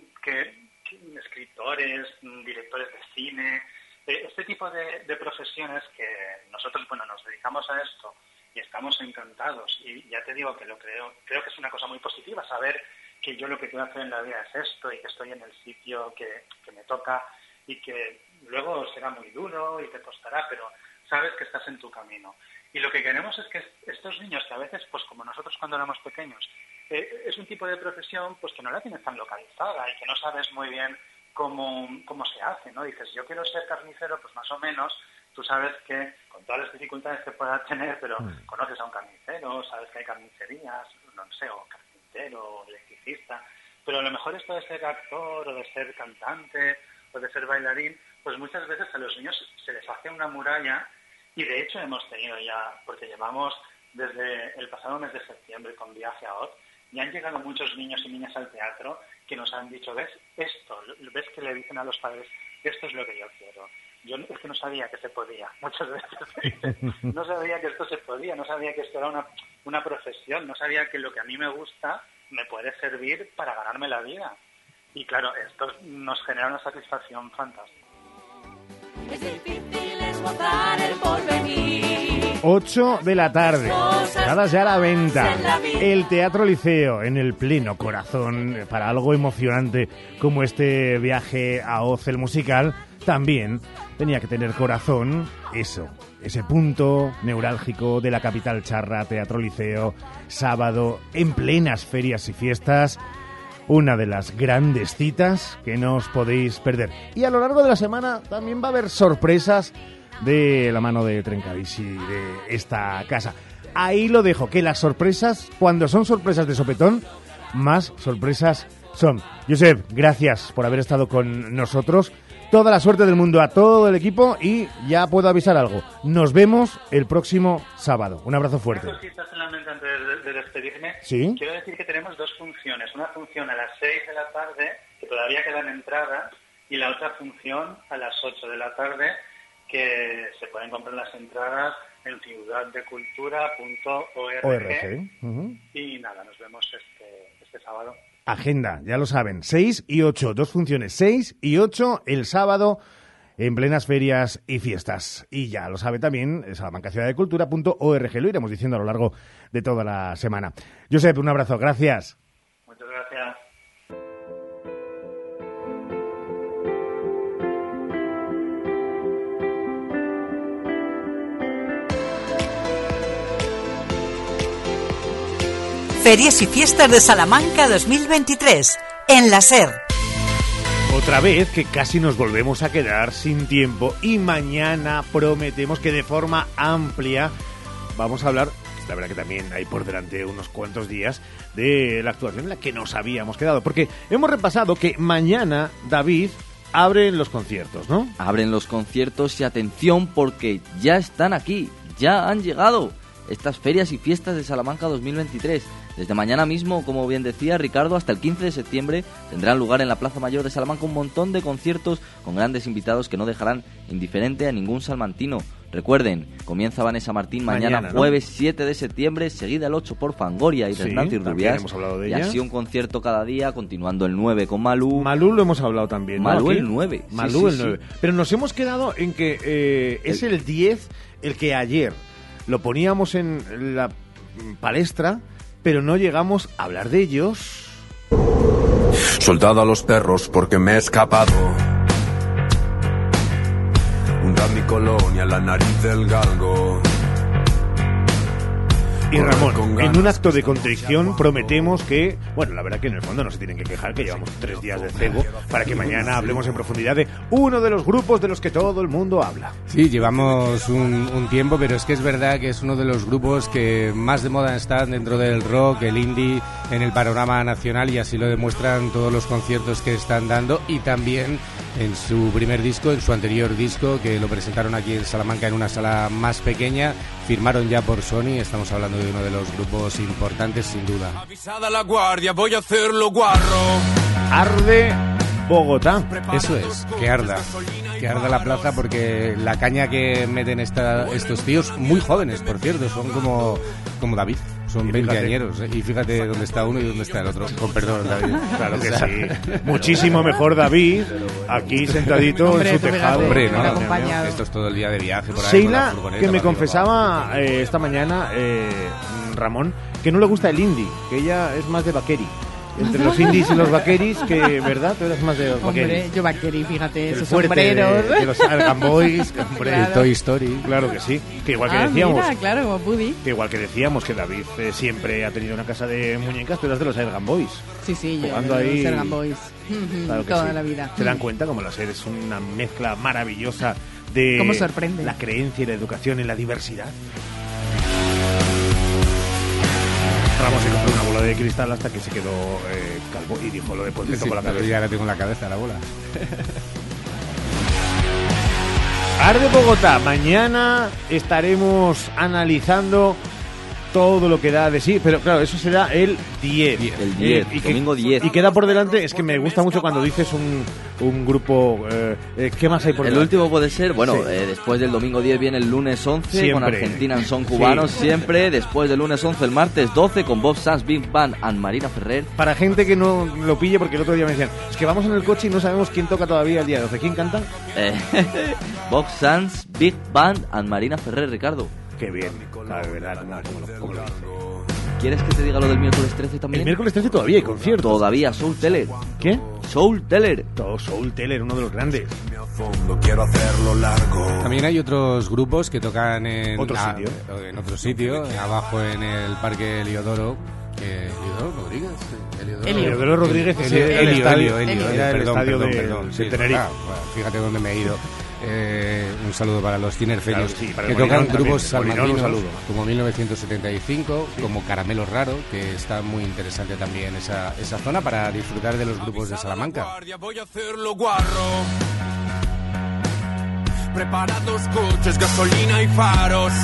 escritores, directores de cine, este tipo de profesiones que nosotros nos dedicamos a esto y estamos encantados y ya te digo que creo que es una cosa muy positiva saber que yo lo que quiero hacer en la vida es esto y que estoy en el sitio que me toca y que luego será muy duro y te costará, pero sabes que estás en tu camino. Y lo que queremos es que estos niños que a veces, pues como nosotros cuando éramos pequeños, es un tipo de profesión pues que no la tienes tan localizada y que no sabes muy bien cómo se hace, ¿no? Dices, yo quiero ser carnicero, pues más o menos, tú sabes que con todas las dificultades que puedas tener, pero conoces a un carnicero, sabes que hay carnicerías, no sé, o carpintero, o electricista, pero a lo mejor esto de ser actor o de ser cantante o de ser bailarín, pues muchas veces a los niños se les hace una muralla y de hecho hemos tenido ya, porque llevamos desde el pasado mes de septiembre con Viaje a Oz, y han llegado muchos niños y niñas al teatro que nos han dicho, ves que le dicen a los padres, esto es lo que yo quiero. Yo es que no sabía que se podía, muchas veces me dicen, no sabía que esto se podía, no sabía que esto era una profesión, no sabía que lo que a mí me gusta me puede servir para ganarme la vida. Y claro, esto nos genera una satisfacción fantástica. Es difícil esbozar el porvenir. 8 de la tarde, dadas ya a la venta, el Teatro Liceo en el pleno corazón para algo emocionante como este viaje a Oz, el musical. También tenía que tener corazón, ese punto neurálgico de la capital charra, Teatro Liceo, sábado, en plenas ferias y fiestas, una de las grandes citas que no os podéis perder. Y a lo largo de la semana también va a haber sorpresas de la mano de Trencadissi, de esta casa. Ahí lo dejo, que las sorpresas, cuando son sorpresas de sopetón, más sorpresas son. Josep, gracias por haber estado con nosotros. Toda la suerte del mundo a todo el equipo y ya puedo avisar algo. Nos vemos el próximo sábado. Un abrazo fuerte. Una cosita solamente antes de despedirme. ¿Sí? Quiero decir que tenemos dos funciones. Una función a las 6 de la tarde, que todavía quedan entradas, y la otra función a las 8 de la tarde, que se pueden comprar las entradas en ciudaddecultura.org. Y nada, nos vemos este sábado. Agenda, ya lo saben, 6 y 8, dos funciones, 6 y 8 el sábado en plenas ferias y fiestas. Y ya lo sabe también, salamancaciudaddecultura.org, lo iremos diciendo a lo largo de toda la semana. Josep, un abrazo, gracias. Muchas gracias. Ferias y Fiestas de Salamanca 2023, en la SER. Otra vez que casi nos volvemos a quedar sin tiempo y mañana prometemos que de forma amplia vamos a hablar, la verdad que también hay por delante unos cuantos días, de la actuación en la que nos habíamos quedado, porque hemos repasado que mañana, David, abren los conciertos, ¿no? Abren los conciertos y atención porque ya están aquí, ya han llegado estas ferias y fiestas de Salamanca 2023. Desde mañana mismo, como bien decía Ricardo, hasta el 15 de septiembre tendrán lugar en la Plaza Mayor de Salamanca un montón de conciertos con grandes invitados que no dejarán indiferente a ningún salmantino. Recuerden, comienza Vanessa Martín mañana, ¿no? Jueves 7 de septiembre, seguida el 8 por Fangoria y Renato y Rubiás. Hemos hablado de y ella. así un concierto cada día, continuando el 9 con Malú. Malú lo hemos hablado también, ¿no? Malú Aquí. el 9. Malú el 9. Pero nos hemos quedado en que es el 10 el que ayer lo poníamos en la palestra, pero no llegamos a hablar de ellos. Soldado a los perros porque me he escapado. Hunda mi colonia, la nariz del galgo. Y Ramón, en un acto de contrición prometemos que, bueno, la verdad que en el fondo no se tienen que quejar, que llevamos 3 días de cebo, para que mañana hablemos en profundidad de uno de los grupos de los que todo el mundo habla. Sí, llevamos un tiempo, pero es que es verdad que es uno de los grupos que más de moda están dentro del rock, el indie, en el panorama nacional, y así lo demuestran todos los conciertos que están dando, y también en su primer disco, en su anterior disco, que lo presentaron aquí en Salamanca en una sala más pequeña, firmaron ya por Sony. Estamos hablando de uno de los grupos importantes, sin duda. Avisada la guardia, voy a hacerlo guarro. Arde Bogotá. Eso es, que arda la plaza, porque la caña que meten estos tíos, muy jóvenes, por cierto, son como David. Son 20 añeros, ¿eh? Y fíjate dónde está uno y dónde está el otro. Con perdón, David. Claro que sí. Muchísimo mejor David, aquí sentadito en su tejado. Hombre, no, esto es todo el día de viaje por ahí. Sheila, que me confesaba esta mañana, Ramón, que no le gusta el indie, que ella es más de vaqueri. Entre los indies y los vaqueris, que, ¿verdad? Tú eres más de vaqueri. Hombre, yo vaqueri, fíjate, esos fuerte sombreros. de los Argan Boys, hombre. Claro. El Toy Story. Claro que sí. Que igual que decíamos. Mira, claro, como Buddy. Que igual que decíamos que David siempre ha tenido una casa de muñecas, tú eras de los Argan Boys. Sí, yo jugando de ahí. los Argan Boys. Claro que toda sí. la vida. Se dan cuenta como la SER es una mezcla maravillosa de cómo sorprende la creencia y la educación en la diversidad. Ramos se compró una bola de cristal hasta que se quedó calvo y dijo lo de pues me toco la cabeza. Ya la tengo en la cabeza la bola. Arde Bogotá, mañana estaremos analizando todo lo que da de sí, pero claro, eso será el 10. El 10, domingo 10. Y queda por delante, es que me gusta mucho cuando dices un grupo, ¿qué más hay por delante? El último puede ser, bueno, después del domingo 10 viene el lunes 11 siempre. Con Argentina en Son Cubanos, siempre. Después del lunes 11 el martes 12 con Bob Sands, Big Band and Marina Ferrer. Para gente que no lo pille, porque el otro día me decían, es que vamos en el coche y no sabemos quién toca todavía el día 12. ¿Quién canta? Bob Sands, Big Band and Marina Ferrer, Ricardo. Qué bien, la verdad, ¿cómo lo dice? ¿Quieres que te diga lo del miércoles 13 también? El miércoles 13 todavía hay concierto. Todavía, Soul Teller. ¿Qué? Soul Teller. Soul Teller, uno de los grandes. Quiero hacerlo largo. También hay otros grupos que tocan en otro sitio, abajo en el Parque Heliodoro. ¿Heliodoro Rodríguez? Heliodoro Rodríguez es el estadio de Tenerife. Fíjate dónde me he ido. Un saludo para los tinerfeños, claro, sí, para que tocan grupos salmantinos como 1975, como Caramelo Raro, que está muy interesante también esa zona para disfrutar de los grupos de Salamanca. Voy a hacerlo guarro. Preparados coches, gasolina y faros.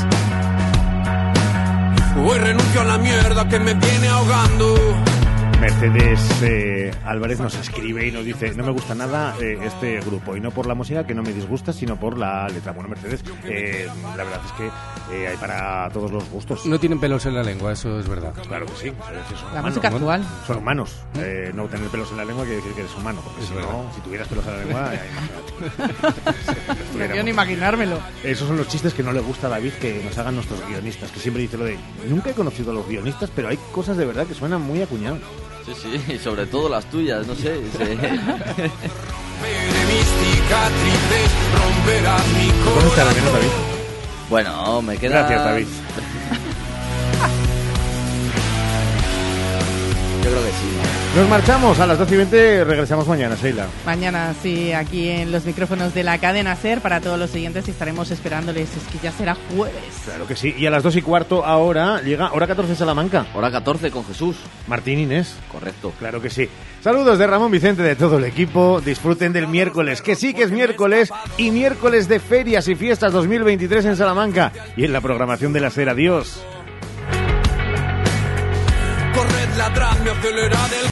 Hoy renuncio a la mierda que me viene ahogando. Mercedes Álvarez nos escribe y nos dice: no me gusta nada este grupo, y no por la música, que no me disgusta, sino por la letra. Bueno, Mercedes, la verdad es que hay para todos los gustos. No tienen pelos en la lengua, eso es verdad. Claro que sí. La música actual. Son humanos. No tener pelos en la lengua quiere decir que eres humano, porque si tuvieras pelos en la lengua, No quiero ni imaginármelo. Esos son los chistes que no le gusta a David que nos hagan nuestros guionistas, que siempre dice lo de: nunca he conocido a los guionistas, pero hay cosas de verdad que suenan muy acuñados. Sí, sobre todo las tuyas, no sé. ¿Cómo está David? Bueno, me queda... Gracias, David. Yo creo que sí. Nos marchamos a las 12:20, regresamos mañana, Sheila. Mañana, sí, aquí en los micrófonos de la cadena SER para todos los siguientes, y estaremos esperándoles. Es que ya será jueves. Claro que sí. Y a las 2:15 ahora llega Hora 14 Salamanca. Hora 14 con Jesús. Martín Inés. Correcto. Claro que sí. Saludos de Ramón Vicente, de todo el equipo. Disfruten del miércoles, que sí que es miércoles, y miércoles de Ferias y Fiestas 2023 en Salamanca. Y en la programación de la SER. Adiós. Corred, ladrad, me acelerad el...